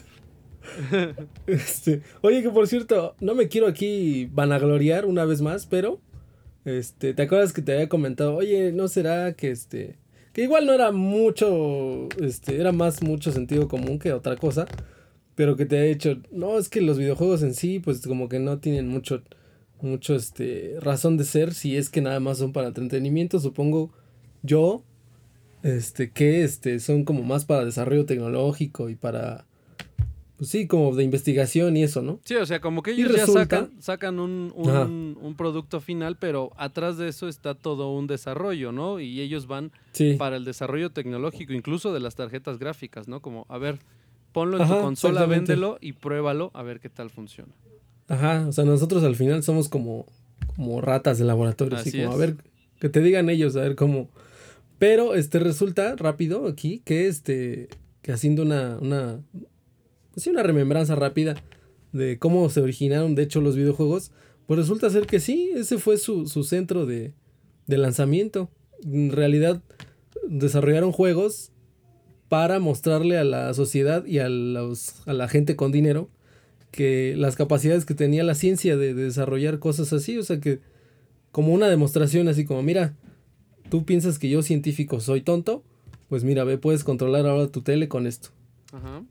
Este. Oye, que por cierto, no me quiero aquí vanagloriar una vez más, pero. Este, ¿te acuerdas que te había comentado? Oye, ¿no será que este. Que igual no era mucho. Este, era más mucho sentido común que otra cosa. Pero que te ha dicho, no, es que los videojuegos en sí, pues como que no tienen mucho, mucho, este, razón de ser, si es que nada más son para entretenimiento, supongo yo, este, que, este, son como más para desarrollo tecnológico y para, pues sí, como de investigación y eso, ¿no? Sí, o sea, como que Y ellos ya resulta, sacan, sacan un, ajá, un, un producto final, pero atrás de eso está todo un desarrollo, ¿no? Y ellos van sí, para el desarrollo tecnológico, incluso de las tarjetas gráficas, ¿no? Como, a ver, ponlo en tu ajá, consola, exactamente, véndelo y pruébalo a ver qué tal funciona. ajá, o sea, nosotros al final somos como, como ratas de laboratorio, así Así como, a es. ver, que te digan ellos, a ver cómo. Pero este resulta rápido aquí que este que haciendo una una pues sí, una remembranza rápida de cómo se originaron de hecho los videojuegos, pues resulta ser que sí, ese fue su, su centro de, de lanzamiento. En realidad desarrollaron juegos para mostrarle a la sociedad y a, los, a la gente con dinero que las capacidades que tenía la ciencia de, de desarrollar cosas así, o sea que como una demostración así como, mira, tú piensas que yo científico soy tonto, pues mira, ve, puedes controlar ahora tu tele con esto. Ajá.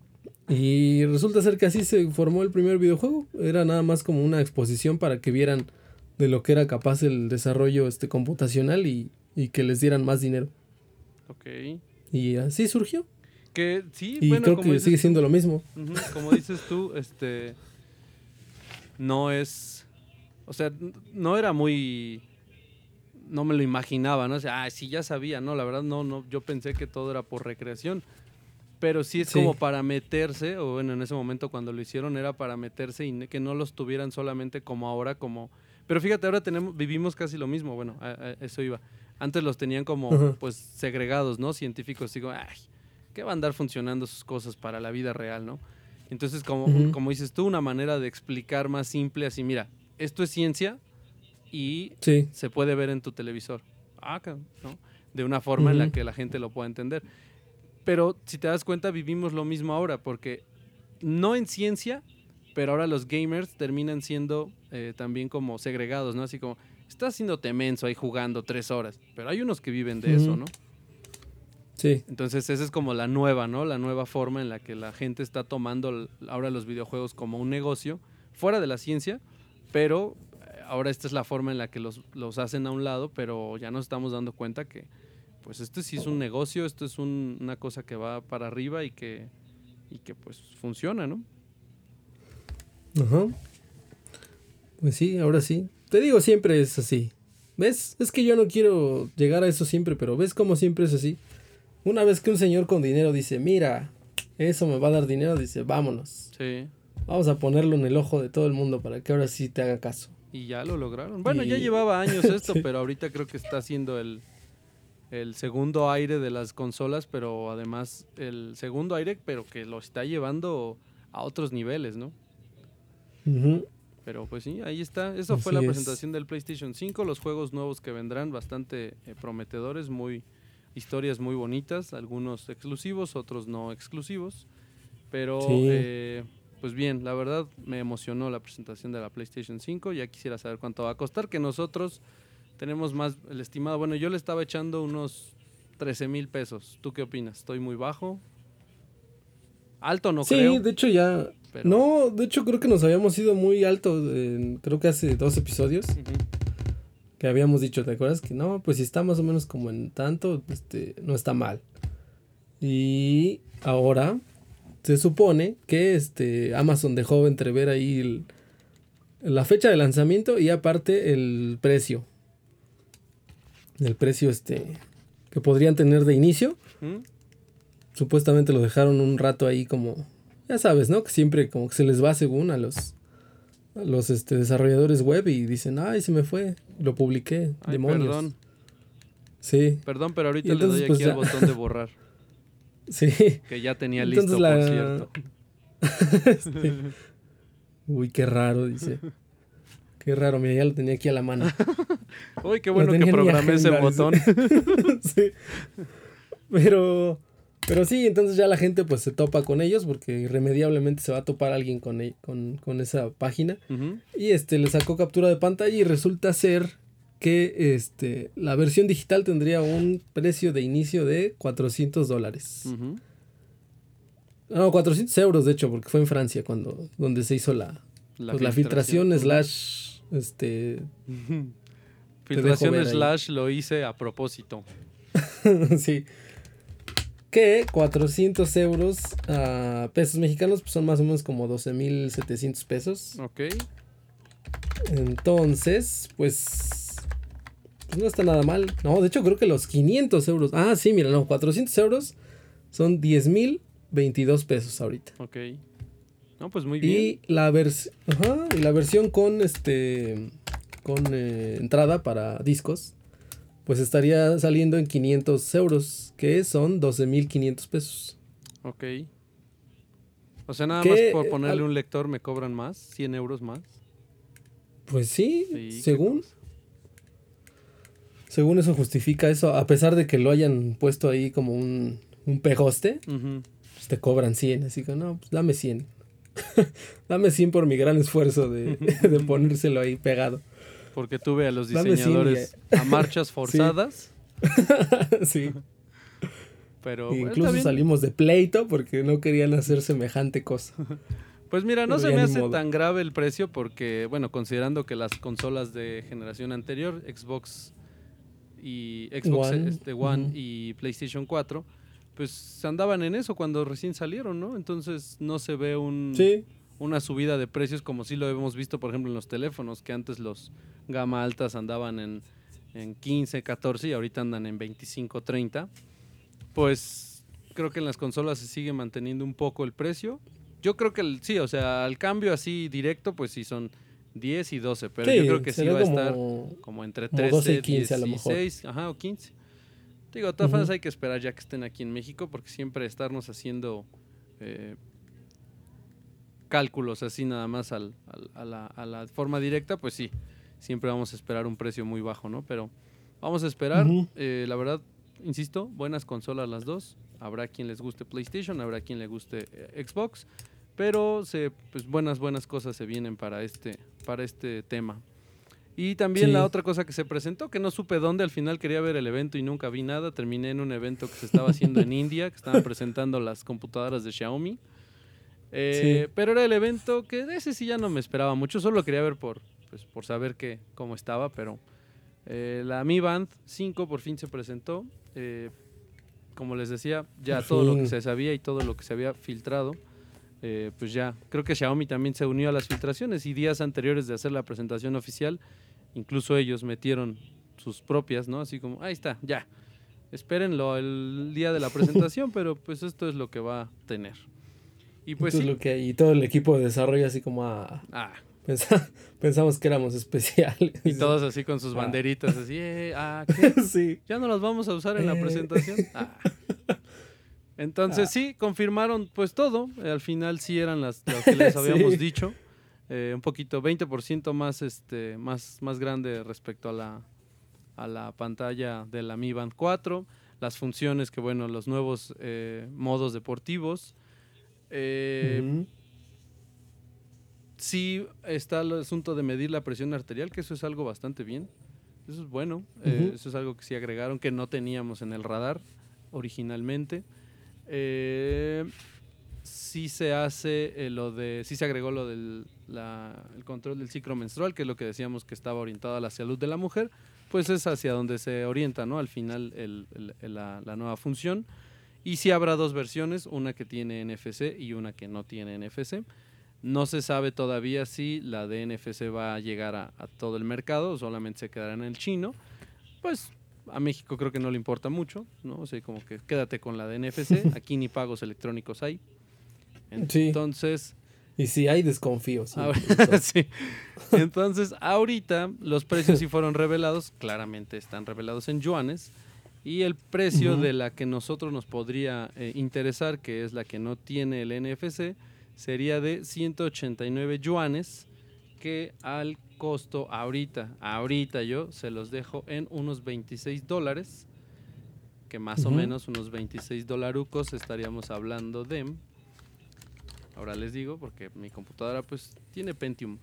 Y resulta ser que así se formó el primer videojuego. Era nada más como una exposición para que vieran de lo que era capaz el desarrollo este, computacional y, y que les dieran más dinero. Ok. Y así surgió. Que sí, Y bueno, creo como que dices sigue tú. siendo lo mismo. Ujú, como dices tú, este, no es, o sea, n- no era muy, no me lo imaginaba, ¿no? O sea, ah, sí, ya sabía, ¿no? La verdad, no, no, yo pensé que todo era por recreación. Pero sí es como Sí. para meterse, o bueno, en ese momento cuando lo hicieron era para meterse y ne- que no los tuvieran solamente como ahora, como... Pero fíjate, ahora tenemos, vivimos casi lo mismo, bueno, a, a eso iba. Antes los tenían como, Ajá. pues, segregados, ¿no? Científicos, digo, ay, ¿qué va a andar funcionando sus cosas para la vida real, ¿no? Entonces, como, un- Ujú. como dices tú, una manera de explicar más simple, así, mira, esto es ciencia y Sí. se puede ver en tu televisor. Ah, ca- ¿no? De una forma en la Ujú. que la gente lo pueda entender. Pero si te das cuenta, vivimos lo mismo ahora, porque no en ciencia, pero ahora los gamers terminan siendo eh, también como segregados, ¿no? Así como, estás haciendo temenso ahí jugando tres horas, pero hay unos que viven de eso, Ujú. ¿no? Sí. Entonces esa es como la nueva, ¿no? La nueva forma en la que la gente está tomando ahora los videojuegos como un negocio, fuera de la ciencia, pero ahora esta es la forma en la que los, los hacen a un lado, pero ya nos estamos dando cuenta que pues esto sí es un negocio, esto es un, una cosa que va para arriba y que, y que pues funciona, ¿no? Ajá. Pues sí, ahora sí. Te digo, siempre es así. ¿Ves? Es que yo no quiero llegar a eso siempre, pero ¿ves cómo siempre es así? Una vez que un señor con dinero dice, mira, eso me va a dar dinero, dice, vámonos. Sí. Vamos a ponerlo en el ojo de todo el mundo para que ahora sí te haga caso. Y ya lo lograron. Bueno, Y... ya llevaba años esto, sí. pero ahorita creo que está haciendo el, el segundo aire de las consolas, pero además el segundo aire, pero que lo está llevando a otros niveles, ¿no? Uh-huh. Pero pues sí, ahí está. Eso Así fue la es. presentación del PlayStation cinco, los juegos nuevos que vendrán, bastante eh, prometedores, muy historias muy bonitas, algunos exclusivos, otros no exclusivos, pero Sí. eh, pues bien, la verdad me emocionó la presentación de la PlayStation cinco, ya quisiera saber cuánto va a costar, que nosotros tenemos más el estimado, bueno, yo le estaba echando unos trece mil pesos, ¿tú qué opinas? ¿Estoy muy bajo? Alto no Sí, creo. de hecho ya... Pero... No, de hecho creo que nos habíamos ido muy alto, en- creo que hace dos episodios, Uh-huh. que habíamos dicho, ¿te acuerdas? Que no, pues si está más o menos como en tanto, este, no está mal. Y ahora se supone que este Amazon dejó entrever ahí el- la fecha de lanzamiento y aparte el precio. El precio este que podrían tener de inicio. Uh-huh. Supuestamente lo dejaron un rato ahí como, ya sabes, ¿no? Que siempre como que se les va según a los a los este, desarrolladores web y dicen, ay, se me fue, lo publiqué, Ay, demonios. perdón. Sí. Perdón, pero ahorita Y entonces, le doy pues, aquí ya. al botón de borrar. Sí. Que ya tenía Entonces listo, la... por cierto. Sí. Uy, qué raro, dice. Qué raro, mira, ya lo tenía aquí a la mano. Uy, qué Lo bueno que tenía en mi programé ese agenda, botón. dice. Sí. Pero... Pero sí, entonces ya la gente pues se topa con ellos porque irremediablemente se va a topar alguien con, e- con, con esa página. Uh-huh. Y este le sacó captura de pantalla y resulta ser que este la versión digital tendría un precio de inicio de cuatrocientos dólares. Uh-huh. No, cuatrocientos euros de hecho, porque fue en Francia cuando donde se hizo la, La, pues, la filtración uh-huh. slash este Uh-huh. te Filtración dejo ver ahí. slash lo hice a propósito. Sí. Que cuatrocientos euros a pesos mexicanos pues son más o menos como doce mil setecientos pesos. Ok. Entonces, pues, pues no está nada mal. No, de hecho creo que los quinientos euros. Ah, sí, mira, no, cuatrocientos euros son diez mil veintidós pesos ahorita. Ok. No, pues muy bien. Y la, vers Ajá, y la versión con este con eh, entrada para discos, pues estaría saliendo en quinientos euros, que son doce mil quinientos pesos. Ok. O sea, nada ¿Qué? más por ponerle Al- un lector me cobran más, cien euros más. Pues sí, Sí, qué según, cosa. según eso justifica eso, a pesar de que lo hayan puesto ahí como un, un pegoste, Uh-huh. pues te cobran cien, así que no, pues dame cien. Dame cien por mi gran esfuerzo de, de ponérselo ahí pegado. Porque tuve a los Dame cien y- diseñadores a marchas forzadas. Sí. Pero E bueno, incluso está bien. salimos de pleito porque no querían hacer semejante cosa. Pues mira, no Pero se ya me ni hace modo. tan grave el precio porque, bueno, considerando que las consolas de generación anterior, Xbox y Xbox One, este, One ujú. y PlayStation cuatro, pues andaban en eso cuando recién salieron, ¿no? Entonces no se ve un, Sí, una subida de precios como sí lo hemos visto, por ejemplo, en los teléfonos, que antes los gama altas andaban en, en quince, catorce y ahorita andan en veinticinco, treinta. Pues creo que en las consolas se sigue manteniendo un poco el precio. Yo creo que el, sí, o sea, al cambio así directo, pues sí son diez y doce, pero sí, yo creo que sí será va a como, estar como entre como doce trece, y quince a lo mejor. dieciséis, ajá, o quince. Digo, de todas Ujú. formas hay que esperar ya que estén aquí en México, porque siempre estarnos haciendo eh, cálculos así nada más al, al- a, la, a la forma directa, pues sí, siempre vamos a esperar un precio muy bajo, ¿no? Pero vamos a esperar, Ujú. eh, la verdad, insisto, buenas consolas las dos. Habrá quien les guste PlayStation, habrá quien le guste eh, Xbox, pero se, pues buenas, buenas cosas se vienen para este, para este tema. Y también Sí. la otra cosa que se presentó, que no supe dónde, al final quería ver el evento y nunca vi nada. Terminé en un evento que se estaba haciendo en India, que estaban presentando las computadoras de Xiaomi. Eh, Sí. pero era el evento que de ese sí ya no me esperaba mucho, solo lo quería ver por, pues, por saber que, cómo estaba, pero eh, la Mi Band cinco por fin se presentó. Eh, como les decía, ya Por todo lo que fin. se sabía y todo lo que se había filtrado, eh, pues ya, creo que Xiaomi también se unió a las filtraciones y días anteriores de hacer la presentación oficial, incluso ellos metieron sus propias, ¿no? Así como, ahí está, ya, espérenlo el día de la presentación, pero pues esto es lo que va a tener. Y pues Entonces sí, lo que y todo el equipo de desarrollo así como a ah, pensa- pensamos que éramos especiales. y todos así con sus Ah. banderitas, así, eh, ah, ¿qué? Sí. ¿Ya no las vamos a usar en la Eh. presentación? Ah. Entonces Ah. sí, confirmaron pues todo. Eh, al final sí eran las, las que les habíamos Sí. dicho. Eh, un poquito, veinte por ciento más, este, más, más grande respecto a la, a la pantalla de la Mi Band cuatro. Las funciones que, bueno, los nuevos eh, modos deportivos. Eh, Ujú. Sí está el asunto de medir la presión arterial, que eso es algo bastante bien. Eso es bueno. Eh, Ujú. eso es algo que sí agregaron, que no teníamos en el radar originalmente. Eh, sí se hace eh, lo de, sí se agregó lo del la, el control del ciclo menstrual, que es lo que decíamos que estaba orientado a la salud de la mujer, pues es hacia donde se orienta, ¿no? Al final el, el, el, la, la nueva función. Y sí habrá dos versiones, una que tiene N F C y una que no tiene N F C. No se sabe todavía si la de N F C va a llegar a, a todo el mercado o solamente se quedará en el chino. Pues a México creo que no le importa mucho, ¿no? O sea, como que quédate con la de N F C, aquí ni pagos electrónicos hay. Sí. Entonces, Y si hay desconfío, sí. ahor- sí. Entonces, ahorita los precios sí fueron revelados, claramente están revelados en yuanes. Y el precio Ujú. de la que nosotros nos podría eh, interesar, que es la que no tiene el N F C, sería de ciento ochenta y nueve yuanes, que al costo ahorita, ahorita yo se los dejo en unos veintiséis dólares, que más o Ujú. menos unos veintiséis dolarucos estaríamos hablando de, ahora les digo porque mi computadora pues tiene Pentium,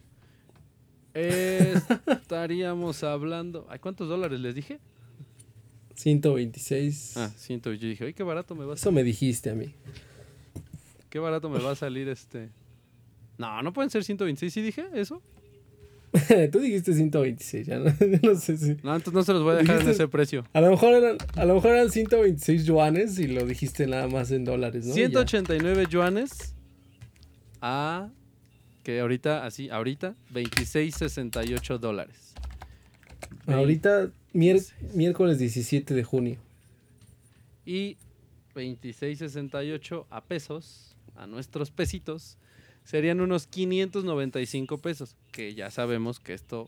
Eh, estaríamos hablando, ¿a cuántos dólares les dije? ciento veintiséis. Ah, ciento, yo dije, ay, qué barato me va a Eso salir, me dijiste a mí. qué barato me va a salir este, no, no pueden ser ciento veintiséis, ¿sí dije eso? Tú dijiste ciento veintiséis, ya no, ya no sé si. No, entonces no se los voy a dejar en Dijiste- ese precio. A lo mejor eran, a lo mejor eran ciento veintiséis yuanes y lo dijiste nada más en dólares, ¿no? Y ciento ya. ochenta y nueve yuanes a que ahorita, así, ahorita, veintiséis sesenta y ocho dólares. Ahorita, mier- miércoles diecisiete de junio. Y veintiséis sesenta y ocho a pesos, a nuestros pesitos, serían unos quinientos noventa y cinco pesos, que ya sabemos que esto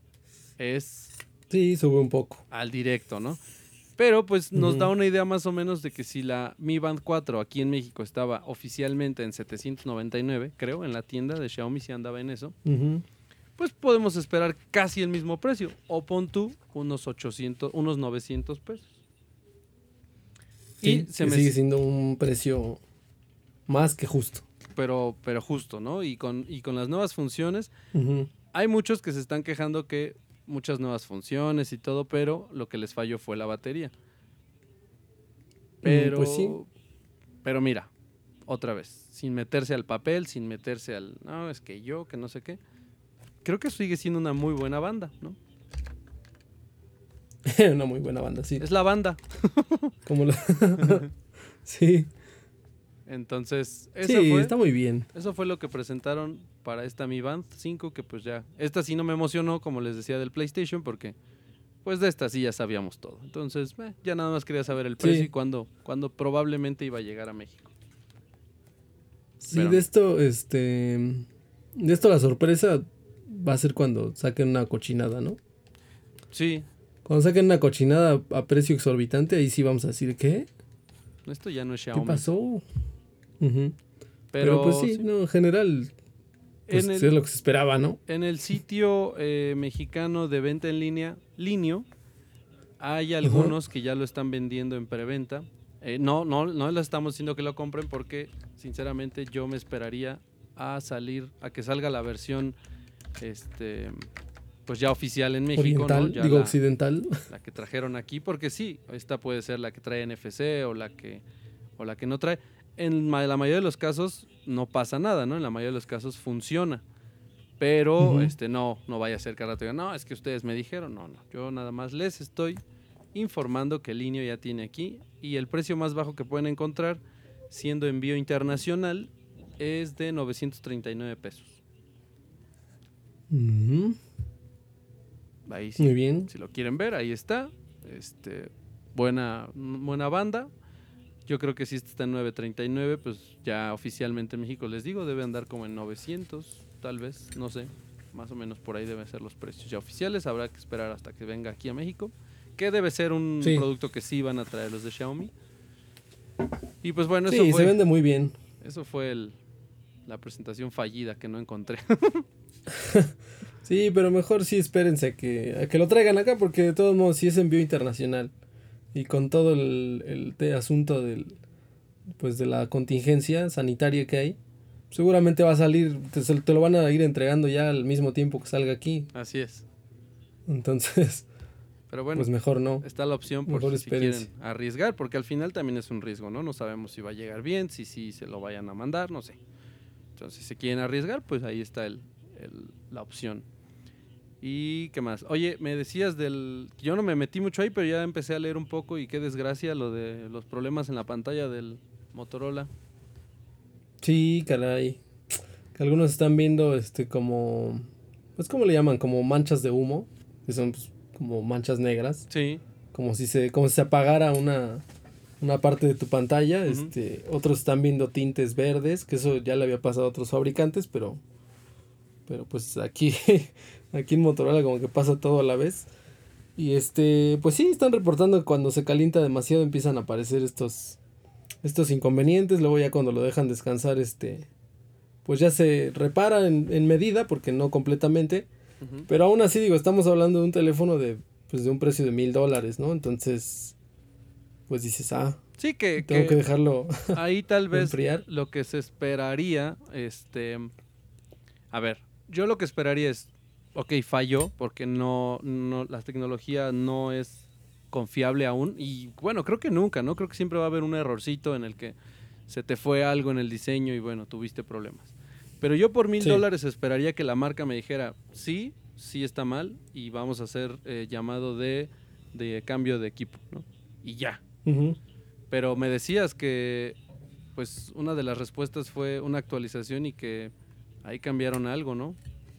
es Sí, sube un poco. al directo, ¿no? Pero pues nos Ujú. da una idea más o menos de que si la Mi Band cuatro aquí en México estaba oficialmente en setecientos noventa y nueve, creo, en la tienda de Xiaomi si andaba en eso, Ujú. pues podemos esperar casi el mismo precio. O pon tú unos ochocientos, unos novecientos pesos. Sí, y se que me sigue siendo un precio más que justo. pero, pero justo, ¿no? Y con, y con las nuevas funciones, Ujú. hay muchos que se están quejando que muchas nuevas funciones y todo, pero lo que les falló fue la batería. Pero, pues sí. pero mira, otra vez, sin meterse al papel, sin meterse al, no, es que yo, que no sé qué. Creo que sigue siendo una muy buena banda, ¿no? Una muy buena banda, sí. Es la banda. Como la... sí. Entonces, eso Sí, fue, está muy bien. eso fue lo que presentaron para esta Mi Band cinco, que pues ya, esta sí no me emocionó, como les decía, del PlayStation, porque pues de esta sí ya sabíamos todo. Entonces, eh, ya nada más quería saber el precio Sí. y cuándo, cuándo probablemente iba a llegar a México. Sí, Pero- de esto, este... De esto la sorpresa va a ser cuando saquen una cochinada, ¿no? Sí, Cuando saquen una cochinada a precio exorbitante, ahí sí vamos a decir, ¿qué? esto ya no es ¿Qué Xiaomi. pasó? Ujú. Pero, Pero, pues sí, sí, no, en general, pues en es el, lo que se esperaba, ¿no? en el sitio eh, mexicano de venta en línea, Linio, hay algunos que ya lo están vendiendo en preventa. Eh, no, no, no les estamos diciendo que lo compren porque, sinceramente, yo me esperaría a salir, a que salga la versión, este, pues ya oficial en México, oriental, ¿no? Ya digo la, occidental. la que trajeron aquí, porque sí, esta puede ser la que trae N F C o la que, o la que no trae. En ma- la mayoría de los casos no pasa nada, ¿no? En la mayoría de los casos funciona. Pero Uh-huh. este no, no vaya a ser que al rato digan, no, es que ustedes me dijeron, no, no. Yo nada más les estoy informando que el Linio ya tiene aquí y el precio más bajo que pueden encontrar, siendo envío internacional, es de novecientos treinta y nueve pesos. Uh-huh. Ahí sí, Muy bien. si lo quieren ver, ahí está. Este, buena, buena banda. Yo creo que si este está en novecientos treinta y nueve, pues ya oficialmente en México, les digo, debe andar como en novecientos, tal vez, no sé. Más o menos por ahí deben ser los precios ya oficiales. Habrá que esperar hasta que venga aquí a México, que debe ser un Sí. producto que sí van a traer los de Xiaomi. Y pues bueno, Sí, eso fue, se vende muy bien. eso fue el, la presentación fallida que no encontré. Sí, pero mejor sí espérense a que, a que lo traigan acá, porque de todos modos sí es envío internacional. Y con todo el, el te- asunto del, pues de la contingencia sanitaria que hay, seguramente va a salir, te, se- te lo van a ir entregando ya al mismo tiempo que salga aquí. Así es. Entonces, Pero bueno, pues mejor no. está la opción por Mejor si espérense. quieren arriesgar, porque al final también es un riesgo, ¿no? No sabemos si va a llegar bien, si sí se lo vayan a mandar, no sé. Entonces, si se quieren arriesgar, pues ahí está el, el- la opción. ¿Y qué más? Oye, me decías del... Yo no me metí mucho ahí, pero ya empecé a leer un poco y qué desgracia lo de los problemas en la pantalla del Motorola. Sí, caray. Que algunos están viendo este como, pues ¿cómo le llaman? Como manchas de humo, que son pues, como manchas negras, Sí. como si se, como si se apagara una, una parte de tu pantalla. Ujú. Este, otros están viendo tintes verdes, que eso ya le había pasado a otros fabricantes, pero, pero pues aquí, aquí en Motorola como que pasa todo a la vez. Y este, pues sí, están reportando que cuando se calienta demasiado empiezan a aparecer estos, estos inconvenientes. Luego ya cuando lo dejan descansar, este, pues ya se repara en, en medida, porque no completamente. Ujú. Pero aún así, digo, estamos hablando de un teléfono de, pues de un precio de mil dólares, ¿no? Entonces, pues dices, ah, Sí, que, tengo que que dejarlo ahí tal vez enfriar. lo que se esperaría, este... A ver, yo lo que esperaría es, ok, falló, porque no, no, la tecnología no es confiable aún. Y bueno, creo que nunca, ¿no? Creo que siempre va a haber un errorcito en el que se te fue algo en el diseño y bueno, tuviste problemas. Pero yo por mil Sí. dólares esperaría que la marca me dijera, sí, sí está mal y vamos a hacer eh, llamado de, de cambio de equipo, ¿no? Y ya. Ujú. Pero me decías que, pues, una de las respuestas fue una actualización y que ahí cambiaron algo, ¿no?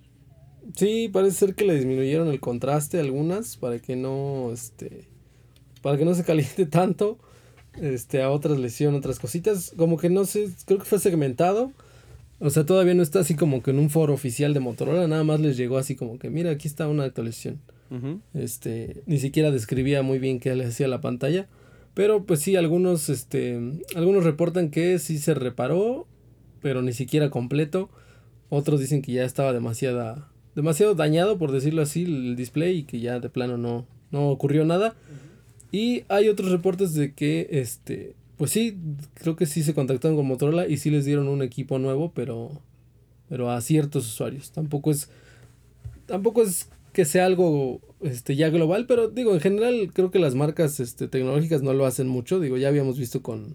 Sí, parece ser que le disminuyeron el contraste a algunas para que no, este, para que no se caliente tanto. Este, a otras le hicieron otras cositas. Como que no sé, creo que fue segmentado. O sea, todavía no está así como que en un foro oficial de Motorola. Nada más les llegó así como que, mira, aquí está una actualización. Ujú. Este, ni siquiera describía muy bien qué le hacía la pantalla. Pero pues sí, algunos, este, algunos reportan que sí se reparó, pero ni siquiera completo. Otros dicen que ya estaba demasiada, demasiado dañado, por decirlo así, el display y que ya de plano no, no ocurrió nada. Y hay otros reportes de que, este, pues sí, creo que sí se contactaron con Motorola y sí les dieron un equipo nuevo, pero, pero a ciertos usuarios. Tampoco es, tampoco es que sea algo, este, ya global, pero digo, en general creo que las marcas, este, tecnológicas no lo hacen mucho. Digo, ya habíamos visto con,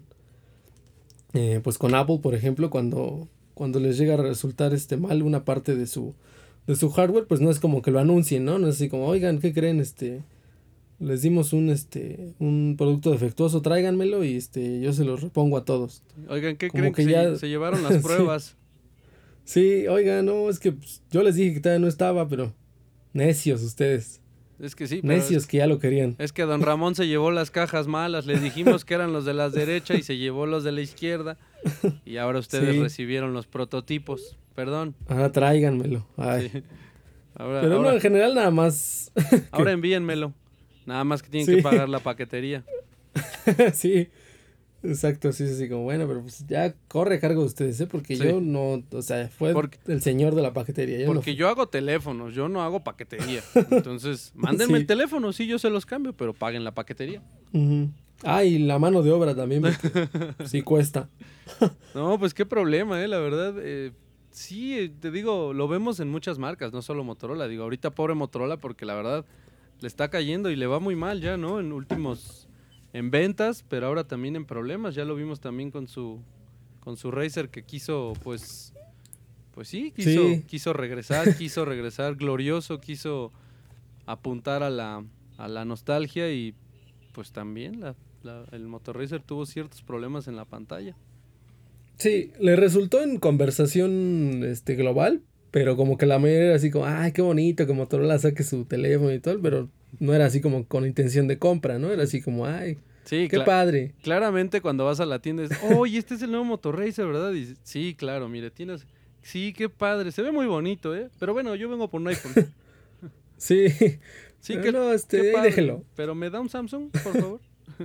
eh, pues con Apple, por ejemplo, cuando, cuando les llega a resultar, este, mal una parte de su, de su hardware, pues no es como que lo anuncien, ¿no? No es así como, oigan, ¿qué creen? Este, les dimos un este un producto defectuoso, tráiganmelo y este yo se los repongo a todos. Oigan, ¿qué Como creen que que se, ya se llevaron las sí, pruebas? sí, oigan, no, es que pues, yo les dije que todavía no estaba, pero necios ustedes, Es que sí, pero es necios que, que ya lo querían. es que don Ramón se llevó las cajas malas. Le dijimos que eran los de la derecha y se llevó los de la izquierda. Y ahora ustedes Sí, recibieron los prototipos. Perdón. ah, tráiganmelo. Ay. Sí. Ahora, Pero no, ahora, en general nada más ahora que envíenmelo. Nada más que tienen que sí, pagar la paquetería. sí, exacto, sí, sí, sí, como bueno, pero pues ya corre a cargo de ustedes, ¿eh? Porque Sí. yo no, o sea, fue Porque, el señor de la paquetería, yo no porque fui. yo hago teléfonos, yo no hago paquetería. Entonces, mándenme el Sí. teléfono, sí, yo se los cambio, pero paguen la paquetería. Ujú. Ah, y la mano de obra también, porque sí cuesta. No, pues qué problema, eh, la verdad. eh, Sí, te digo, lo vemos en muchas marcas, no solo Motorola. Digo, ahorita pobre Motorola porque la verdad le está cayendo y le va muy mal ya, ¿no? En últimos, en ventas, pero ahora también en problemas. Ya lo vimos también con su, con su Razer que quiso, pues, pues sí, quiso, Sí. quiso regresar, quiso regresar glorioso, quiso apuntar a la, a la nostalgia y pues también la, la, el Moto Razer tuvo ciertos problemas en la pantalla. Sí, le resultó en conversación este, global, pero como que la mayoría era así como, ay, qué bonito que Motorola saque su teléfono y todo, pero no era así como con intención de compra, ¿no? Era así como, ay, Sí, qué cla- padre. claramente cuando vas a la tienda es, oye, este es el nuevo Moto Racer, ¿verdad? Y dices, sí, claro, mire, tienes, sí, qué padre, se ve muy bonito, ¿eh? Pero bueno, yo vengo por un iPhone. Sí, Sí, pero qué, no, qué este, ahí padre, déjelo. pero me da un Samsung, por favor.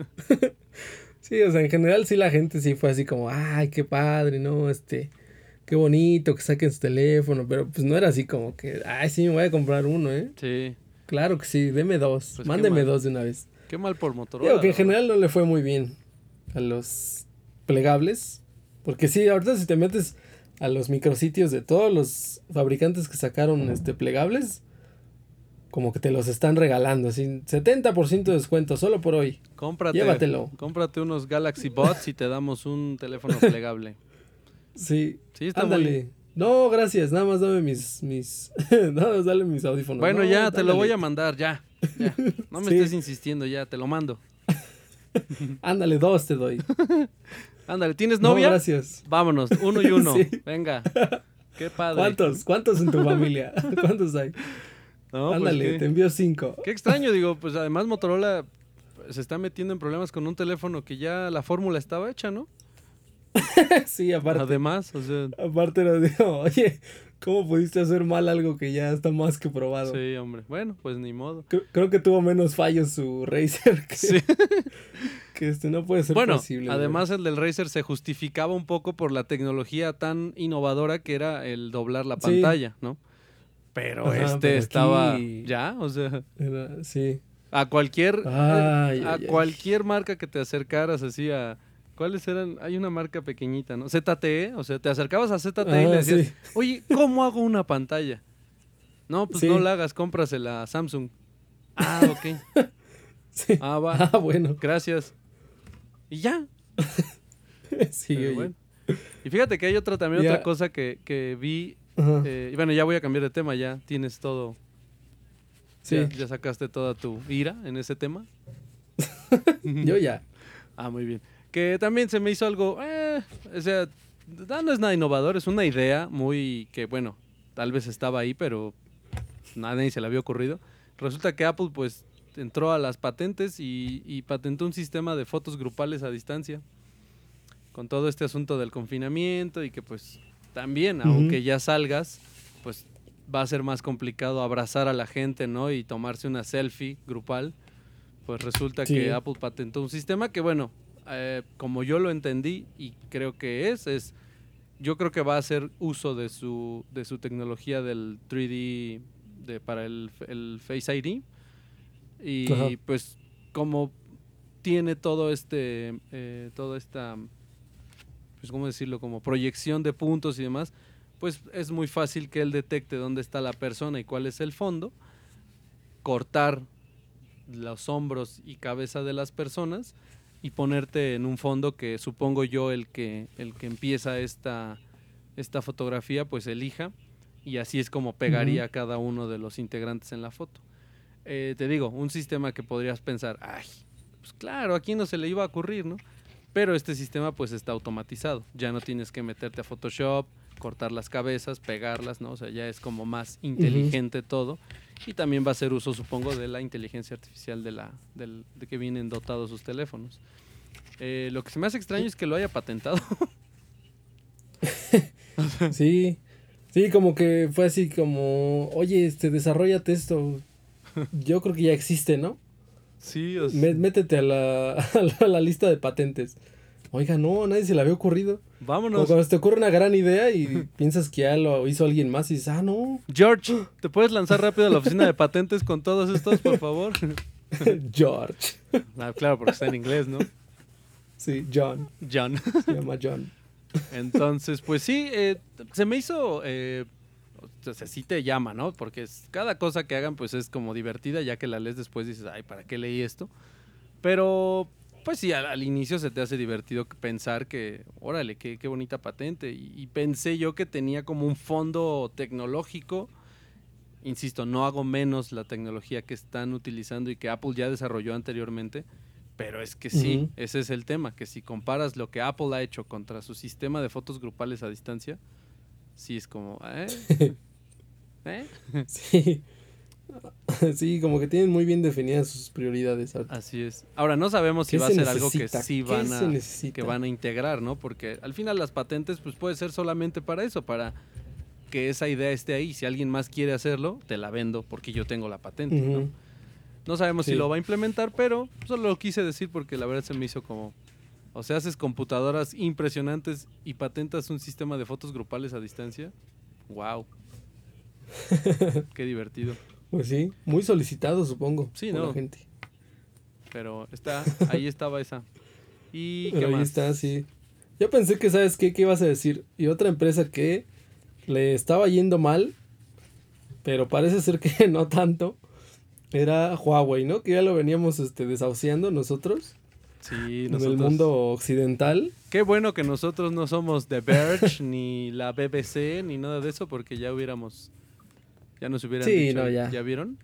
Sí, o sea, en general sí la gente sí fue así como, ay, qué padre, ¿no? Este, qué bonito que saquen su teléfono, pero pues no era así como que, ay, sí, me voy a comprar uno, ¿eh? Sí, Claro que sí, deme dos, pues qué mándeme mal, dos de una vez. qué mal por Digo Motorola, que la en verdad. general no le fue muy bien a los plegables, porque sí, ahorita si te metes a los micrositios de todos los fabricantes que sacaron este plegables, como que te los están regalando, así, setenta por ciento de descuento solo por hoy. Cómprate, Llévatelo. cómprate unos Galaxy Buds y te damos un teléfono plegable. Sí, Sí, está muy... ándale. No, gracias, nada más dame mis mis nada más dale mis audífonos. Bueno, No, ya, te lo voy ándale. a mandar, ya, ya. No me estés Sí, insistiendo, ya, te lo mando. ándale, dos te doy. Ándale, ¿tienes No, novia? gracias. Vámonos, uno y uno. Sí. Venga, qué padre. ¿Cuántos? ¿Cuántos en tu familia? ¿Cuántos hay? No, pues Ándale, qué, te envío cinco. qué extraño, digo, pues además Motorola se está metiendo en problemas con un teléfono que ya la fórmula estaba hecha, ¿no? Sí, aparte. Además, o sea, Aparte era digo, oye, ¿cómo pudiste hacer mal algo que ya está más que probado? sí, hombre. Bueno, pues ni modo. Creo, creo que tuvo menos fallos su Razer que, Sí. que este no puede ser Bueno, posible. de además verdad. el del Razer se justificaba un poco por la tecnología tan innovadora que era el doblar la Sí, pantalla, ¿no? Pero ajá, este pero estaba aquí ya, o sea, era- sí. a cualquier eh, Ay, a ay, ay. cualquier marca que te acercaras así a ¿cuáles eran? Hay una marca pequeñita, ¿no? Z T E, o sea, te acercabas a Z T E y le Ah, decías, sí, "Oye, ¿cómo hago una pantalla?" No, pues no sí, la hagas, cómprasela a Samsung. Ah, ok. sí. Ah, va. Ah, bueno. Gracias. Y ya. Sí, Pero oye. bueno. Y fíjate que hay otra también otra Ya. cosa que, que vi. Ajá, eh, y bueno, ya voy a cambiar de tema, ya tienes todo. Ya, sí. ya sacaste toda tu ira en ese tema. Yo ya. Ah, muy bien. Que también se me hizo algo. Eh, o sea, no es nada innovador, es una idea muy. Que bueno, tal vez estaba ahí, pero nadie se le había ocurrido. Resulta que Apple, pues, entró a las patentes y, y patentó un sistema de fotos grupales a distancia. Con todo este asunto del confinamiento y que, pues, también, Ujú. aunque ya salgas, pues va a ser más complicado abrazar a la gente, ¿no? Y tomarse una selfie grupal. Pues resulta Sí. que Apple patentó un sistema que, bueno, eh, como yo lo entendí y creo que es, es, yo creo que va a hacer uso de su, de su tecnología del tres D de, para el, el Face I D. Y Ajá. pues como tiene todo este, eh, toda esta, pues cómo decirlo, como proyección de puntos y demás, pues es muy fácil que él detecte dónde está la persona y cuál es el fondo, cortar los hombros y cabeza de las personas y ponerte en un fondo que supongo yo el que el que empieza esta esta fotografía pues elija y así es como pegaría Ujú. a cada uno de los integrantes en la foto. Eh, te digo, un sistema que podrías pensar, ay, pues claro, aquí no se le iba a ocurrir, ¿no? Pero este sistema pues está automatizado, ya no tienes que meterte a Photoshop, cortar las cabezas, pegarlas, ¿no? O sea, ya es como más inteligente todo y también va a hacer uso, supongo, de la inteligencia artificial de la del, de que vienen dotados sus teléfonos. Eh, lo que se me hace extraño es que lo haya patentado. Sí. Sí, como que fue así como, oye, este, desarrollate esto. Yo creo que ya existe, ¿no? Sí, o Mé- sea, Métete a la, a la, a la lista de patentes. Oiga, no, a nadie se le había ocurrido. Como vámonos. cuando se te ocurre una gran idea y piensas que ya lo hizo alguien más y dices, ah, no, George, ¿te puedes lanzar rápido a la oficina de patentes con todos estos, por favor? George. Ah, claro, porque está en inglés, ¿no? Sí, John. John. Se llama John. Entonces, pues sí, eh, se me hizo, eh, o sea, sí te llama, ¿no? Porque es, cada cosa que hagan, pues es como divertida, ya que la lees después dices, ay, ¿para qué leí esto? Pero, pues sí, al, al inicio se te hace divertido pensar que, órale, qué, qué bonita patente. Y, y pensé yo que tenía como un fondo tecnológico. Insisto, no hago menos la tecnología que están utilizando y que Apple ya desarrolló anteriormente, pero es que sí, Ujú. ese es el tema, que si comparas lo que Apple ha hecho contra su sistema de fotos grupales a distancia, sí es como, ¿eh? ¿Eh? Sí, sí, como que tienen muy bien definidas sus prioridades ahorita. Así es. Ahora, no sabemos si ¿Qué va a se ser algo que necesita? sí ¿Qué van se a, que necesita? van a integrar, ¿no? Porque al final las patentes, pues puede ser solamente para eso, para que esa idea esté ahí. Si alguien más quiere hacerlo, te la vendo porque yo tengo la patente, ¿no? Ujú. No sabemos si lo Sí, va a implementar, pero solo lo quise decir porque la verdad se me hizo como... O sea, haces computadoras impresionantes y patentas un sistema de fotos grupales a distancia. ¡Wow! ¡Qué divertido! pues sí, muy solicitado supongo Sí, por la no, gente. pero está, ahí estaba esa. ¿Y qué Pero ahí está, más? sí. Yo pensé que, ¿sabes qué? ¿Qué ibas a decir? Y otra empresa que le estaba yendo mal, pero parece ser que no tanto, era Huawei, ¿no? Que ya lo veníamos este, desahuciando nosotros Sí, en el nosotros... mundo occidental. Qué bueno que nosotros no somos The Verge, ni la B B C, ni nada de eso, porque ya hubiéramos... Ya nos hubieran Sí, dicho, no, ¿ya ya. vieron?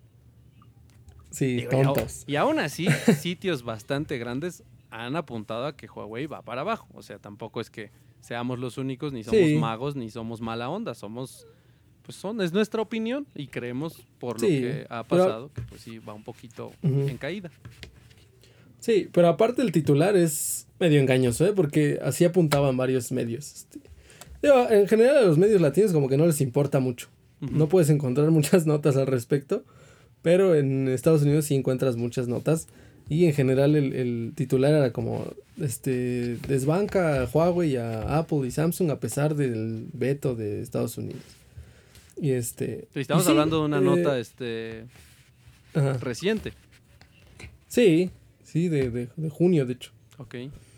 Sí, Digo, y, au- tontos. y aún así, sitios bastante grandes han apuntado a que Huawei va para abajo. O sea, tampoco es que seamos los únicos, ni somos Sí, magos, ni somos mala onda. Somos, pues son, es nuestra opinión y creemos por lo sí. que ha Pero, pasado que pues sí va un poquito ujú. en caída. Sí, pero aparte el titular es medio engañoso, ¿eh? Porque así apuntaban varios medios. Este. Digo, en general a los medios latinos como que no les importa mucho. Ujú. No puedes encontrar muchas notas al respecto, pero en Estados Unidos sí encuentras muchas notas. Y en general el, el titular era como, este, desbanca a Huawei, a Apple y Samsung a pesar del veto de Estados Unidos. Y este, Sí, y estamos sí, hablando de una eh, nota este, ajá, reciente. sí, sí, de, de, de junio de hecho. Ok.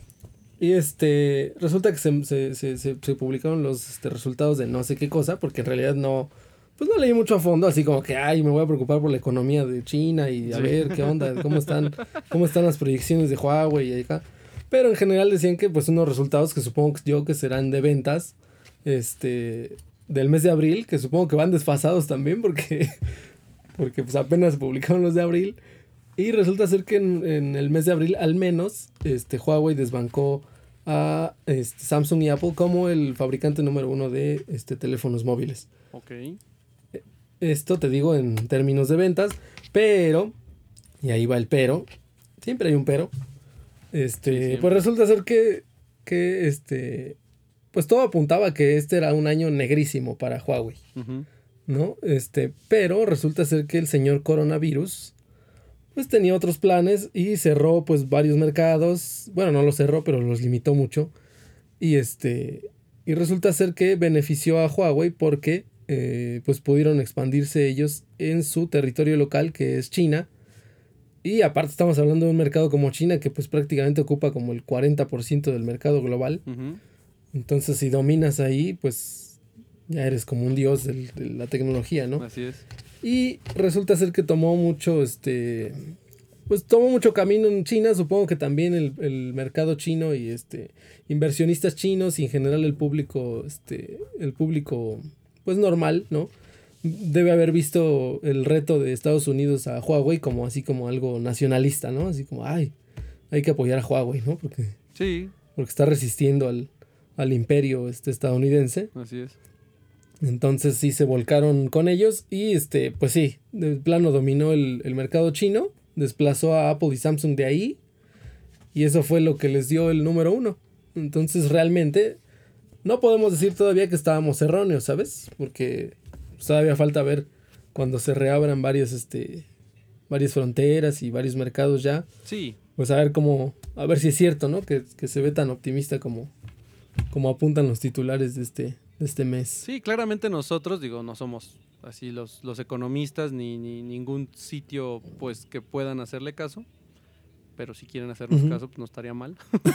Y este, resulta que se, se, se, se, se publicaron los este, resultados de no sé qué cosa, porque en realidad no, pues no leí mucho a fondo, así como que, ay, me voy a preocupar por la economía de China y a Sí. ver qué onda, cómo están, cómo están las proyecciones de Huawei y acá. Pero en general decían que pues unos resultados que supongo que yo que serán de ventas, este, del mes de abril, que supongo que van desfasados también, porque, porque pues apenas se publicaron los de abril. Y resulta ser que en, en el mes de abril, al menos, este, Huawei desbancó a este, Samsung y Apple como el fabricante número uno de este, teléfonos móviles. Ok. Esto te digo en términos de ventas, pero, y ahí va el pero, siempre hay un pero, Sí, este, pues siempre. resulta ser que, que este, pues todo apuntaba a que este era un año negrísimo para Huawei, Ujú. ¿no? Este, pero resulta ser que el señor coronavirus pues tenía otros planes y cerró pues varios mercados. Bueno, no los cerró, pero los limitó mucho. Y este y resulta ser que benefició a Huawei porque eh, pues pudieron expandirse ellos en su territorio local que es China. Y aparte estamos hablando de un mercado como China que pues prácticamente ocupa como el cuarenta por ciento del mercado global. Ujú. Entonces si dominas ahí pues ya eres como un dios del- de la tecnología, ¿no? Así es. Y resulta ser que tomó mucho, este, pues tomó mucho camino en China, supongo que también el, el mercado chino y este, inversionistas chinos y en general el público, este, el público, pues normal, ¿no? Debe haber visto el reto de Estados Unidos a Huawei como así como algo nacionalista, ¿no? Así como, ay, hay que apoyar a Huawei, ¿no? Porque, Sí, porque está resistiendo al, al imperio este, estadounidense. así es. Entonces sí se volcaron con ellos y este, pues sí, de plano dominó el, el mercado chino, desplazó a Apple y Samsung de ahí y eso fue lo que les dio el número uno. Entonces realmente no podemos decir todavía que estábamos erróneos, ¿sabes? Porque pues, todavía falta ver cuando se reabran varios, este, varias fronteras y varios mercados ya, Sí, pues a ver cómo, a ver si es cierto, ¿no? Que, que se ve tan optimista como, como apuntan los titulares de este, de este mes. sí, claramente nosotros, digo, no somos así los, los economistas ni, ni ningún sitio pues que puedan hacerle caso, pero si quieren hacernos Ujú. caso, pues no estaría mal.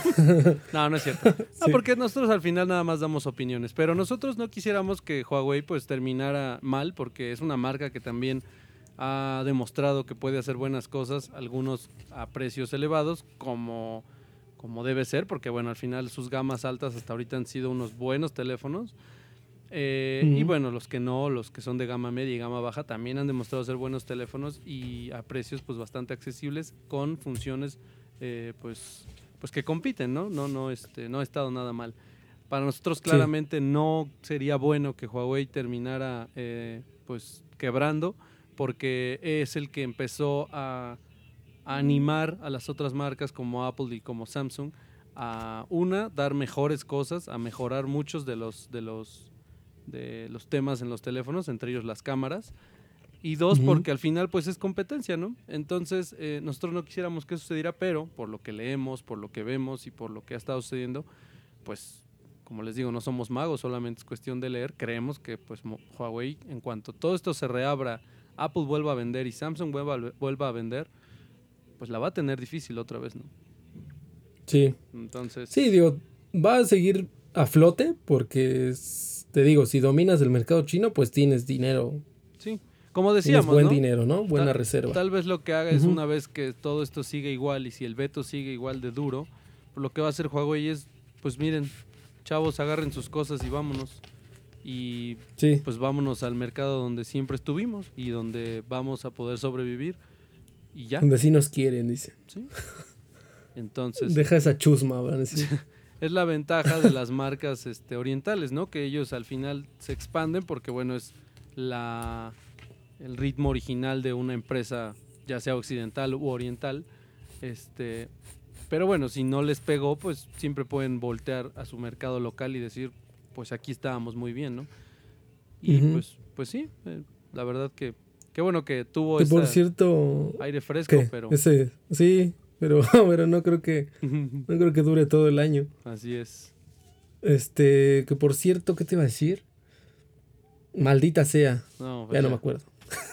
No, no es cierto. No, Sí. porque nosotros al final nada más damos opiniones, pero nosotros no quisiéramos que Huawei pues terminara mal, porque es una marca que también ha demostrado que puede hacer buenas cosas, algunos a precios elevados, como, como debe ser, porque bueno, al final sus gamas altas hasta ahorita han sido unos buenos teléfonos. Eh, Ujú. Y bueno, los que no, los que son de gama media y gama baja, también han demostrado ser buenos teléfonos y a precios pues bastante accesibles, con funciones eh, pues, pues que compiten, ¿no? No, no, este, no ha estado nada mal. Para nosotros Sí. claramente no sería bueno que Huawei terminara eh, pues quebrando, porque es el que empezó a, a animar a las otras marcas como Apple y como Samsung a, una, dar mejores cosas, a mejorar muchos de los de los de los temas en los teléfonos, entre ellos las cámaras, y dos, Ujú. porque al final pues es competencia, ¿no? Entonces eh, nosotros no quisiéramos que eso sucediera, pero por lo que leemos, por lo que vemos y por lo que ha estado sucediendo, pues como les digo, no somos magos, solamente es cuestión de leer. Creemos que pues Huawei, en cuanto todo esto se reabra, Apple vuelva a vender y Samsung vuelva, vuelva a vender, pues la va a tener difícil otra vez, ¿no? Sí. Entonces... Sí, digo, va a seguir a flote porque, es- te digo, si dominas el mercado chino, pues tienes dinero, Sí, como tienes decíamos, buen ¿no? dinero, ¿no? Buena Tal, reserva. tal vez lo que haga es, Ujú. una vez que todo esto sigue igual y si el veto sigue igual de duro, pues lo que va a hacer Huawei es, pues miren, chavos, agarren sus cosas y vámonos. Y Sí, pues vámonos al mercado donde siempre estuvimos y donde vamos a poder sobrevivir y ya, donde sí nos quieren, dice. ¿sí? Entonces, Deja esa chusma, van a decir. es la ventaja de las marcas este, orientales, ¿no? Que ellos al final se expanden porque, bueno, es la el ritmo original de una empresa, ya sea occidental u oriental. Este, pero bueno, si no les pegó, pues siempre pueden voltear a su mercado local y decir, pues aquí estábamos muy bien, ¿no? Y Ujú. pues, pues sí, eh, la verdad que qué bueno que tuvo Que por ese cierto, aire fresco, ¿qué? pero Ese, sí, pero, pero no creo que, no creo que dure todo el año. así es. Este, que por cierto, ¿qué te iba a decir? Maldita sea, No, ya pues no me ya. acuerdo.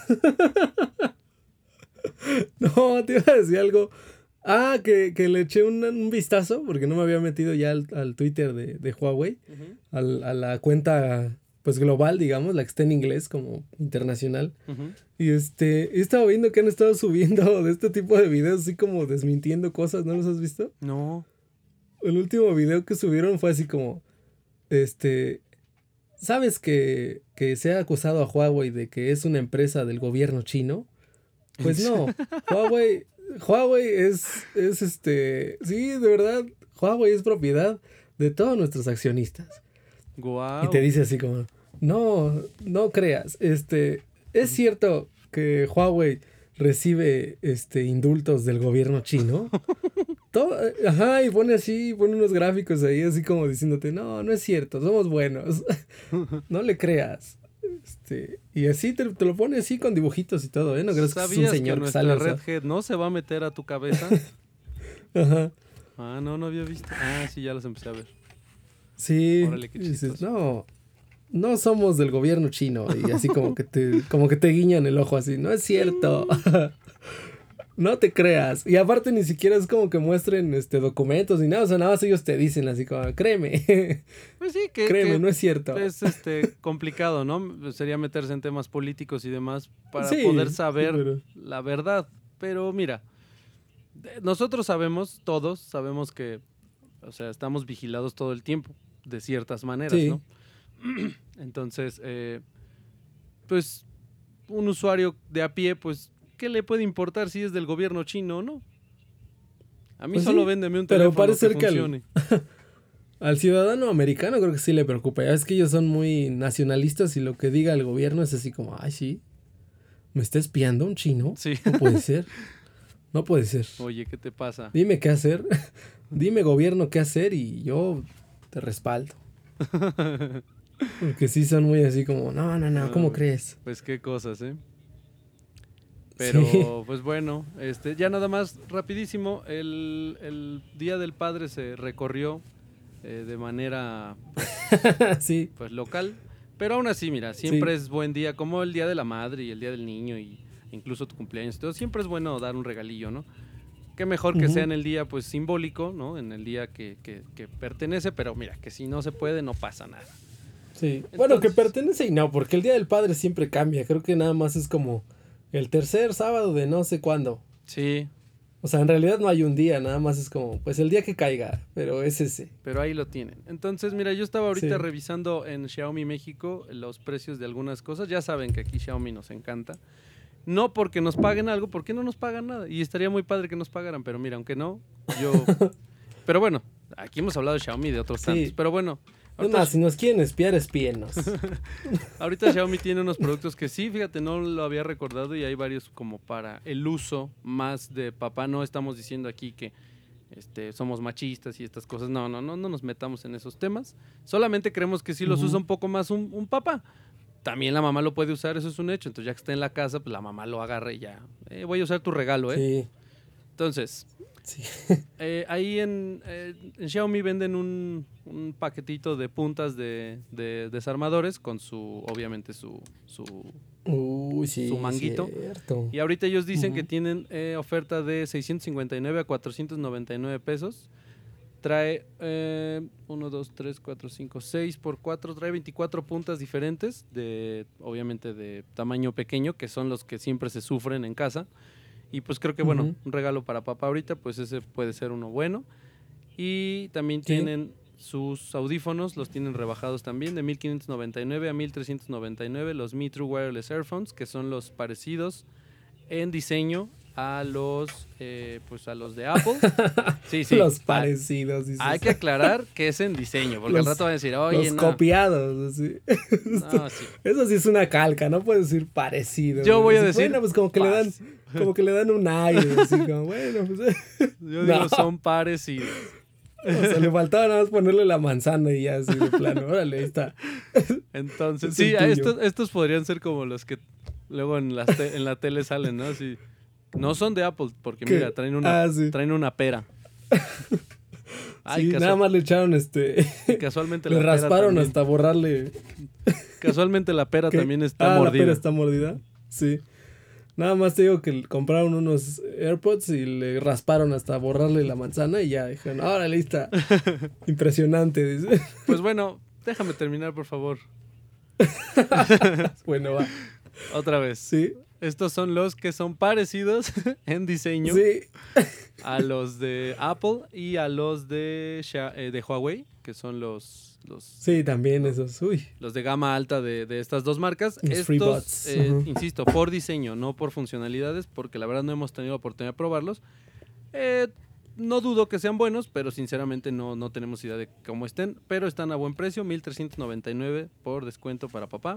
No, te iba a decir algo. Ah, que, que le eché un, un vistazo, porque no me había metido ya al, al Twitter de, de Huawei, Ujú, al- a la cuenta pues global, digamos, la que está en inglés como internacional. ujú. Y este, he estado viendo que han estado subiendo de este tipo de videos así como desmintiendo cosas, ¿no los has visto? No. El último video que subieron fue así como, este, ¿sabes que, que se ha acusado a Huawei de que es una empresa del gobierno chino? Pues no, Huawei, Huawei es, es este, sí, de verdad, Huawei es propiedad de todos nuestros accionistas. Y te Guau. dice así como, no, no creas, este, es cierto que Huawei recibe, este, indultos del gobierno chino. Todo, ajá, y pone así, pone unos gráficos ahí así como diciéndote, no, no es cierto, somos buenos, no le creas. Este, y así te, te lo pone así con dibujitos y todo, ¿eh? No crees que es un ¿Sabías que señor que sale nuestra a Red usar. Hat no se va a meter a tu cabeza? Ajá. Ah, no, no había visto. Ah, sí, ya los empecé a ver. Sí, Órale, qué y dices, chistoso. no, no somos del gobierno chino. Y así como que te, como que te guiñan el ojo así, no es cierto. Ting. No te creas. Y aparte ni siquiera es como que muestren este documentos ni nada. O sea, nada más ellos te dicen así como, créeme, Pues sí, que, créeme, que no es cierto. es este complicado, ¿no? Sería meterse en temas políticos y demás para poder Sí, sí, saber pero... la verdad. Pero mira, de- nosotros sabemos, todos sabemos que, o sea, estamos vigilados todo el tiempo, de ciertas maneras, Sí, ¿no? Entonces, eh, pues un usuario de a pie, pues, ¿qué le puede importar si es del gobierno chino o no? A mí pues solo sí. véndeme un Pero teléfono parece que ser que al, funcione. al ciudadano americano creo que sí le preocupa. Ya es que ellos son muy nacionalistas y lo que diga el gobierno es así como, ay, sí, ¿me está espiando un chino? Sí. No puede ser, no puede ser. Oye, ¿qué te pasa? Dime qué hacer, dime gobierno qué hacer y yo te respaldo. Porque sí son muy así como, no, no, no, ¿cómo Ah, crees? pues qué cosas, ¿eh? Sí, Pero, pues bueno, este, ya nada más rapidísimo, el, el Día del Padre se recorrió eh, de manera sí, pues local, pero aún así, mira, sí, siempre es buen día, como el Día de la Madre y el Día del Niño y incluso tu cumpleaños y todo, siempre es bueno dar un regalillo, ¿no? qué mejor que Ujú. sea en el día pues simbólico, ¿no? En el día que, que, que pertenece, pero mira, que si no se puede, no pasa nada. Sí. Bueno, que Entonces, pertenece y no, porque el Día del Padre siempre cambia. Creo que nada más es como el tercer sábado de no sé cuándo. sí, O sea, en realidad no hay un día, nada más es como, pues el día que caiga, pero es ese. pero ahí lo tienen. Entonces, mira, yo estaba ahorita Sí. revisando en Xiaomi México los precios de algunas cosas. Ya saben que aquí Xiaomi nos encanta. No porque nos paguen algo, porque no nos pagan nada. Y estaría muy padre que nos pagaran, pero mira, aunque no, yo... Pero bueno, aquí hemos hablado de Xiaomi y de otros tantos. Sí. Pero bueno, Es ahorita, más, si nos quieren espiar, espíennos. ahorita Xiaomi tiene unos productos que sí, fíjate, no lo había recordado y hay varios como para el uso más de papá. No estamos diciendo aquí que este, somos machistas y estas cosas. No, no, no, no nos metamos en esos temas. Solamente creemos que sí los usa Ujú. un poco más un, un papá. También la mamá lo puede usar, eso es un hecho. Entonces ya que está en la casa, pues la mamá lo agarra y ya. Eh, voy a usar tu regalo, ¿eh? Sí, Entonces, sí. eh, ahí en, eh, en Xiaomi venden un, un paquetito de puntas de, de desarmadores con su, obviamente, su, su, Uy, su sí, manguito. cierto. Y ahorita ellos dicen que Ujú. tienen eh, oferta de seiscientos cincuenta y nueve a cuatrocientos noventa y nueve pesos. Trae uno, dos, tres, cuatro, cinco, seis por cuatro. Trae veinticuatro puntas diferentes, de obviamente de tamaño pequeño, que son los que siempre se sufren en casa. Y pues creo que bueno, Ujú. un regalo para papá ahorita, pues ese puede ser uno bueno. Y también Sí. tienen sus audífonos, los tienen rebajados también, de mil quinientos noventa y nueve a mil trescientos noventa y nueve, los Mi True Wireless Earphones, que son los parecidos en diseño a los eh, pues a los de Apple. Sí, sí. Los Hay, parecidos, hay dices. que aclarar que es en diseño, porque al Los, rato van a decir, oye, los no, copiados, así. no, sí. Eso sí es una calca, no puedes decir parecido. Yo voy a Así, decir, bueno, pues como que le dan, pas. como que le dan un aire, así como, bueno, pues. Yo No, digo, son parecidos. o sea, le faltaba nada más ponerle la manzana y ya así de plano. Órale, ahí está. Entonces, Es sí, el a tuyo. estos, estos podrían ser como los que luego en, las te- en la tele salen, ¿no? Así, no son de Apple, porque mira, ¿Qué? traen una, Ah, sí. traen una pera. Ay, Sí, nada casual- más le echaron este. y casualmente Le la pera rasparon también. hasta borrarle. Casualmente la pera ¿Qué? también está Ah, la mordida. pera está mordida. Sí. Nada más te digo que compraron unos AirPods y le rasparon hasta borrarle la manzana y ya dijeron, ahora lista. Impresionante, dice. Pues bueno, déjame terminar, por favor. Bueno, va. Otra vez. Sí, Estos son los que son parecidos en diseño sí. a los de Apple y a los de, Xia- eh, de Huawei, que son los, los, Sí, también esos. Uy. los de gama alta de, de estas dos marcas. Los Estos, FreeBuds. eh, Ujú. insisto, por diseño, no por funcionalidades, porque la verdad no hemos tenido la oportunidad de probarlos. Eh, no dudo que sean buenos, pero sinceramente no, no tenemos idea de cómo estén. Pero están a buen precio, mil trescientos noventa y nueve por descuento para papá.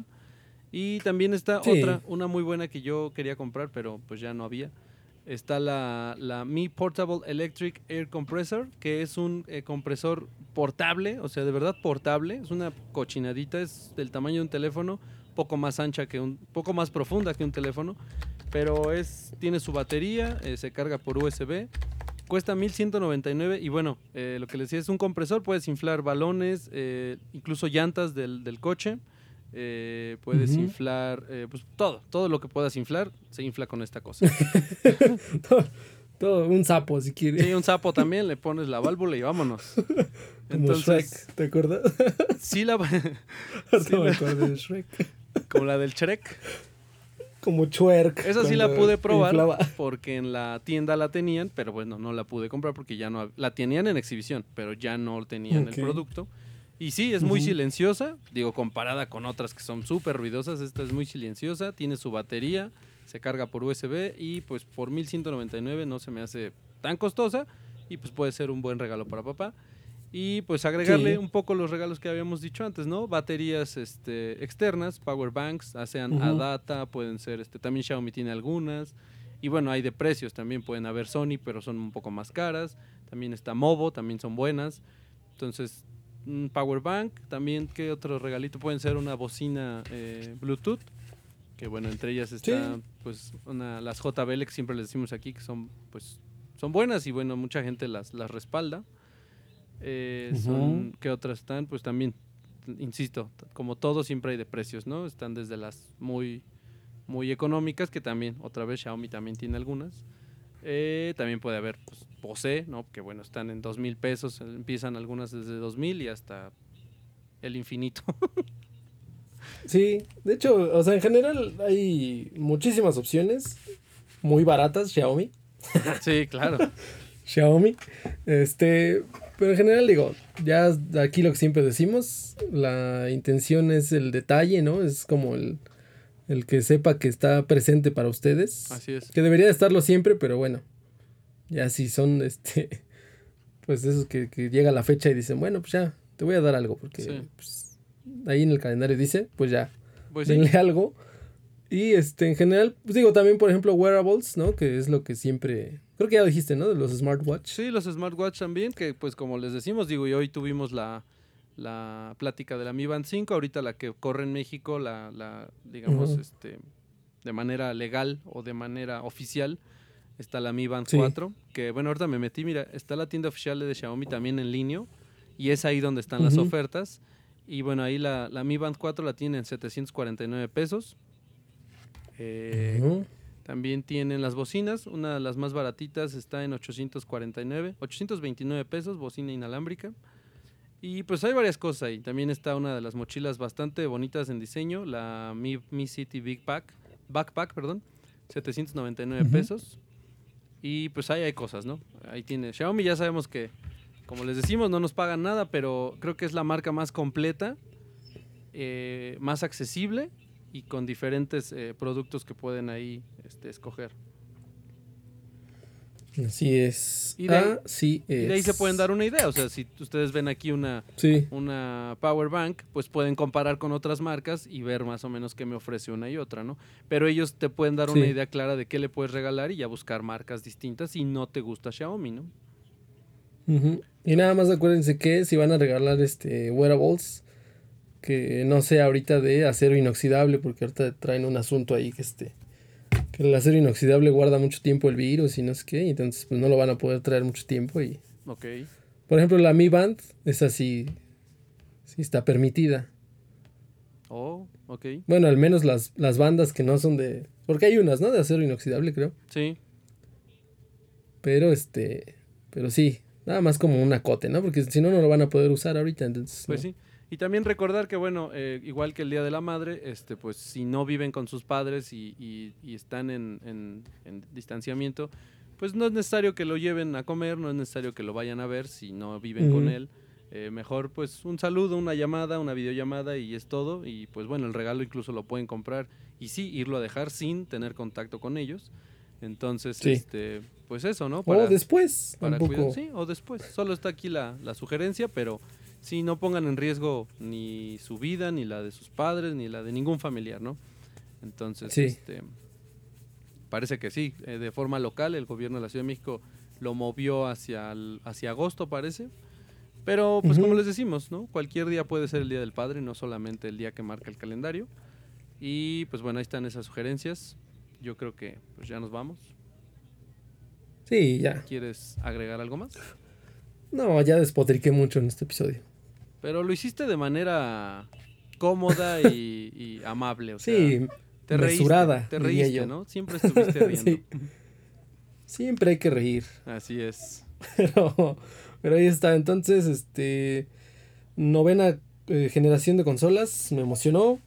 Y también está Sí. otra, una muy buena que yo quería comprar, pero pues ya no había. Está la, la Mi Portable Electric Air Compressor, que es un eh, compresor portable, o sea, de verdad portable. Es una cochinadita, es del tamaño de un teléfono, poco más ancha que un, poco más profunda que un teléfono, pero es, tiene su batería, eh, se carga por U S B. Cuesta mil ciento noventa y nueve y bueno, eh, lo que les decía es un compresor, puedes inflar balones, eh, incluso llantas del, del coche. Eh, puedes Ujú. inflar, eh, pues todo, todo lo que puedas inflar, se infla con esta cosa. todo, todo, un sapo si quieres. Sí, un sapo también, le pones la válvula y vámonos. Como Entonces, Shrek, ¿te acuerdas? sí la, Ahorita sí me la- acuerdo de Shrek. como la del Shrek. Como Twerk. Esa sí la cuando pude probar inflaba. porque en la tienda la tenían, pero bueno, no la pude comprar porque ya no hab- la tenían en exhibición, pero ya no tenían Ok. el producto. Y sí, es muy Ujú. silenciosa, digo, comparada con otras que son súper ruidosas, esta es muy silenciosa, tiene su batería, se carga por U S B y pues por mil ciento noventa y nueve no se me hace tan costosa y pues puede ser un buen regalo para papá. Y pues agregarle Sí. un poco los regalos que habíamos dicho antes, ¿no? Baterías este, externas, power banks, sean Ujú. a data, pueden ser, este, también Xiaomi tiene algunas. Y bueno, hay de precios, también pueden haber Sony, pero son un poco más caras. También está Movo, también son buenas. Entonces, un power bank, también, ¿qué otro regalito? Pueden ser una bocina eh, Bluetooth, que bueno, entre ellas está, Sí. pues, una, las J B L que siempre les decimos aquí, que son, pues, son buenas y bueno, mucha gente las, las respalda. Eh, Ujú. son, ¿qué otras están? Pues también, insisto, t- como todo siempre hay de precios, ¿no? Están desde las muy, muy económicas, que también, otra vez, Xiaomi también tiene algunas. Eh, también puede haber pues, Bose, ¿no? Que bueno, están en dos mil pesos, empiezan algunas desde dos mil y hasta el infinito. Sí, de hecho, o sea, en general hay muchísimas opciones muy baratas, Xiaomi. Sí, claro. Xiaomi. Este, pero en general digo, ya aquí lo que siempre decimos, la intención es el detalle, ¿no? Es como el, el que sepa que está presente para ustedes. Así es. Que debería de estarlo siempre, pero bueno, ya si son, este, pues esos que, que llega la fecha y dicen, bueno, pues ya, te voy a dar algo, porque Sí. pues, ahí en el calendario dice, pues ya, Pues sí. denle algo. Y este, en general, pues digo, también, por ejemplo, wearables, ¿no? Que es lo que siempre, creo que ya lo dijiste, ¿no? De los smartwatch. Sí, los smartwatch también, que pues como les decimos, digo, y hoy tuvimos la, la plática de la Mi Band cinco, ahorita la que corre en México, la, la digamos, Ujú. este, de manera legal o de manera oficial, está la Mi Band Sí. cuatro, que bueno, ahorita me metí, mira, está la tienda oficial de Xiaomi también en línea, y es ahí donde están las Ujú. ofertas, y bueno, ahí la, la Mi Band cuatro la tienen en setecientos cuarenta y nueve pesos. Eh, Ujú. También tienen las bocinas, una de las más baratitas está en ochocientos cuarenta y nueve, ochocientos veintinueve pesos, bocina inalámbrica. Y pues hay varias cosas ahí. También está una de las mochilas bastante bonitas en diseño, la Mi, Mi City Big Pack, Backpack, perdón, setecientos noventa y nueve Ujú. pesos. Y pues ahí hay cosas, ¿no? Ahí tiene Xiaomi, ya sabemos que, como les decimos, no nos pagan nada, pero creo que es la marca más completa, eh, más accesible y con diferentes eh, productos que pueden ahí este, escoger. Así es. Y de, ahí, Así es. y de ahí se pueden dar una idea. O sea, si ustedes ven aquí una, Sí. una power bank, pues pueden comparar con otras marcas y ver más o menos qué me ofrece una y otra, ¿no? Pero ellos te pueden dar Sí. una idea clara de qué le puedes regalar y ya buscar marcas distintas si no te gusta Xiaomi, ¿no? Ujú. Y nada más acuérdense que si van a regalar este wearables, que no sea ahorita de acero inoxidable, porque ahorita traen un asunto ahí que este que el acero inoxidable guarda mucho tiempo el virus y no sé qué, y entonces pues no lo van a poder traer mucho tiempo. Y Ok. por ejemplo la Mi Band, esa sí, sí está permitida. Oh, ok. Bueno, al menos las, las bandas que no son de... Porque hay unas, ¿no? De acero inoxidable, creo. Sí. Pero este... Pero sí, nada más como un acote, ¿no? Porque si no, no lo van a poder usar ahorita, entonces... Pues no. sí. Y también recordar que, bueno, eh, igual que el Día de la Madre, este, pues si no viven con sus padres y, y, y están en, en, en distanciamiento, pues no es necesario que lo lleven a comer, no es necesario que lo vayan a ver si no viven con Ujú. él. Eh, mejor pues un saludo, una llamada, una videollamada y es todo. Y pues bueno, el regalo incluso lo pueden comprar y sí, irlo a dejar sin tener contacto con ellos. Entonces, Sí. este, pues eso, ¿no? O Para, después, para cuidar, tampoco... sí, o después. Solo está aquí la, la sugerencia, pero sí, no pongan en riesgo ni su vida, ni la de sus padres, ni la de ningún familiar, ¿no? Entonces, Sí. este, parece que sí, eh, de forma local, el gobierno de la Ciudad de México lo movió hacia, el- hacia agosto, parece. Pero, pues como Ujú. les decimos, ¿no? Cualquier día puede ser el Día del Padre, no solamente el día que marca el calendario. Y pues bueno, ahí están esas sugerencias. Yo creo que pues ya nos vamos. Sí, ya. ¿Quieres agregar algo más? No, ya despotriqué mucho en este episodio. Pero lo hiciste de manera cómoda y, y amable, o sea, Sí, te reíste, mesurada, te diría reíste, yo. ¿no? Siempre estuviste riendo. Sí, siempre hay que reír. Así es. Pero, pero ahí está. Entonces, este... Novena eh, generación de consolas. Me emocionó.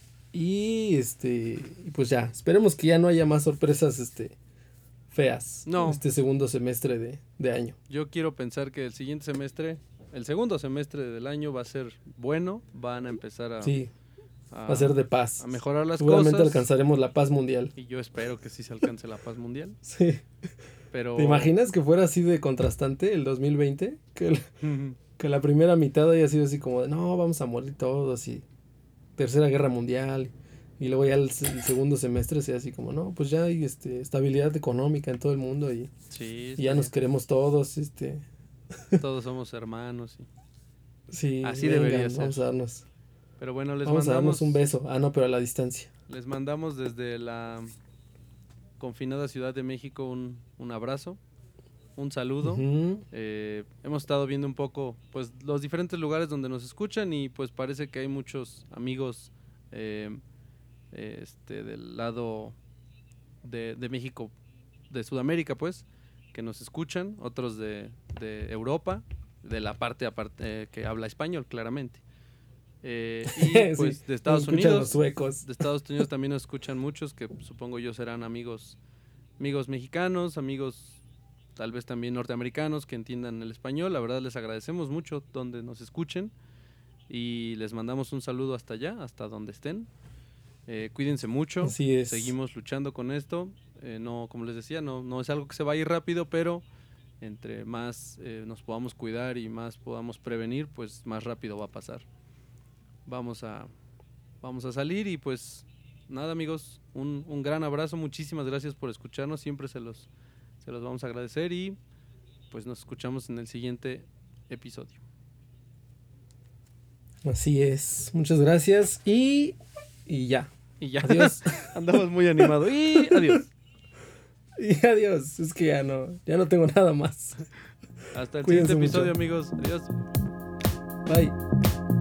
Y este... Y pues ya. Esperemos que ya no haya más sorpresas, este... feas. En No, este segundo semestre de, de año. yo quiero pensar que el siguiente semestre, el segundo semestre del año va a ser bueno, van a empezar a, Sí, va a a, ser de paz. a mejorar las Seguramente cosas alcanzaremos la paz mundial. y yo espero que sí se alcance la paz mundial, Sí. ¿Te pero imaginas que fuera así de contrastante el dos mil veinte? Que, el- que la primera mitad haya sido así como de, no, vamos a morir todos y tercera guerra mundial. Y luego ya el, se- el segundo semestre sea así como, no, pues ya hay este, estabilidad económica en todo el mundo y, sí, y ya nos estaría- queremos todos. Este, todos somos hermanos. Y sí, así debería vengan, ser. vamos a darnos, Pero bueno, les vamos a darnos un mandamos, beso. Ah, no, pero a la distancia. les mandamos desde la confinada Ciudad de México un, un abrazo, un saludo. Ujú. Eh, hemos estado viendo un poco pues los diferentes lugares donde nos escuchan y pues parece que hay muchos amigos eh, este del lado de, de México de Sudamérica, pues, que nos escuchan, otros de, de Europa, de la parte aparte, eh, que habla español, claramente. Eh, y pues Sí, de Estados nos escuchan Unidos, los suecos. de Estados Unidos también nos escuchan muchos, que supongo yo serán amigos, amigos mexicanos, amigos tal vez también norteamericanos que entiendan el español. La verdad les agradecemos mucho donde nos escuchen y les mandamos un saludo hasta allá, hasta donde estén. Eh, cuídense mucho, Así es. seguimos luchando con esto. Eh, no, como les decía, no, no es algo que se va a ir rápido, pero entre más eh, nos podamos cuidar y más podamos prevenir, pues más rápido va a pasar. Vamos a, vamos a salir y pues nada, amigos, un, un gran abrazo, muchísimas gracias por escucharnos, siempre se los, se los vamos a agradecer y pues nos escuchamos en el siguiente episodio. Así es. Muchas gracias y, y ya. Y ya. Adiós. Andamos muy animados. Y adiós. Y adiós. Es que ya no, ya no tengo nada más. Hasta el Cuídense siguiente episodio, mucho. amigos. Adiós. Bye.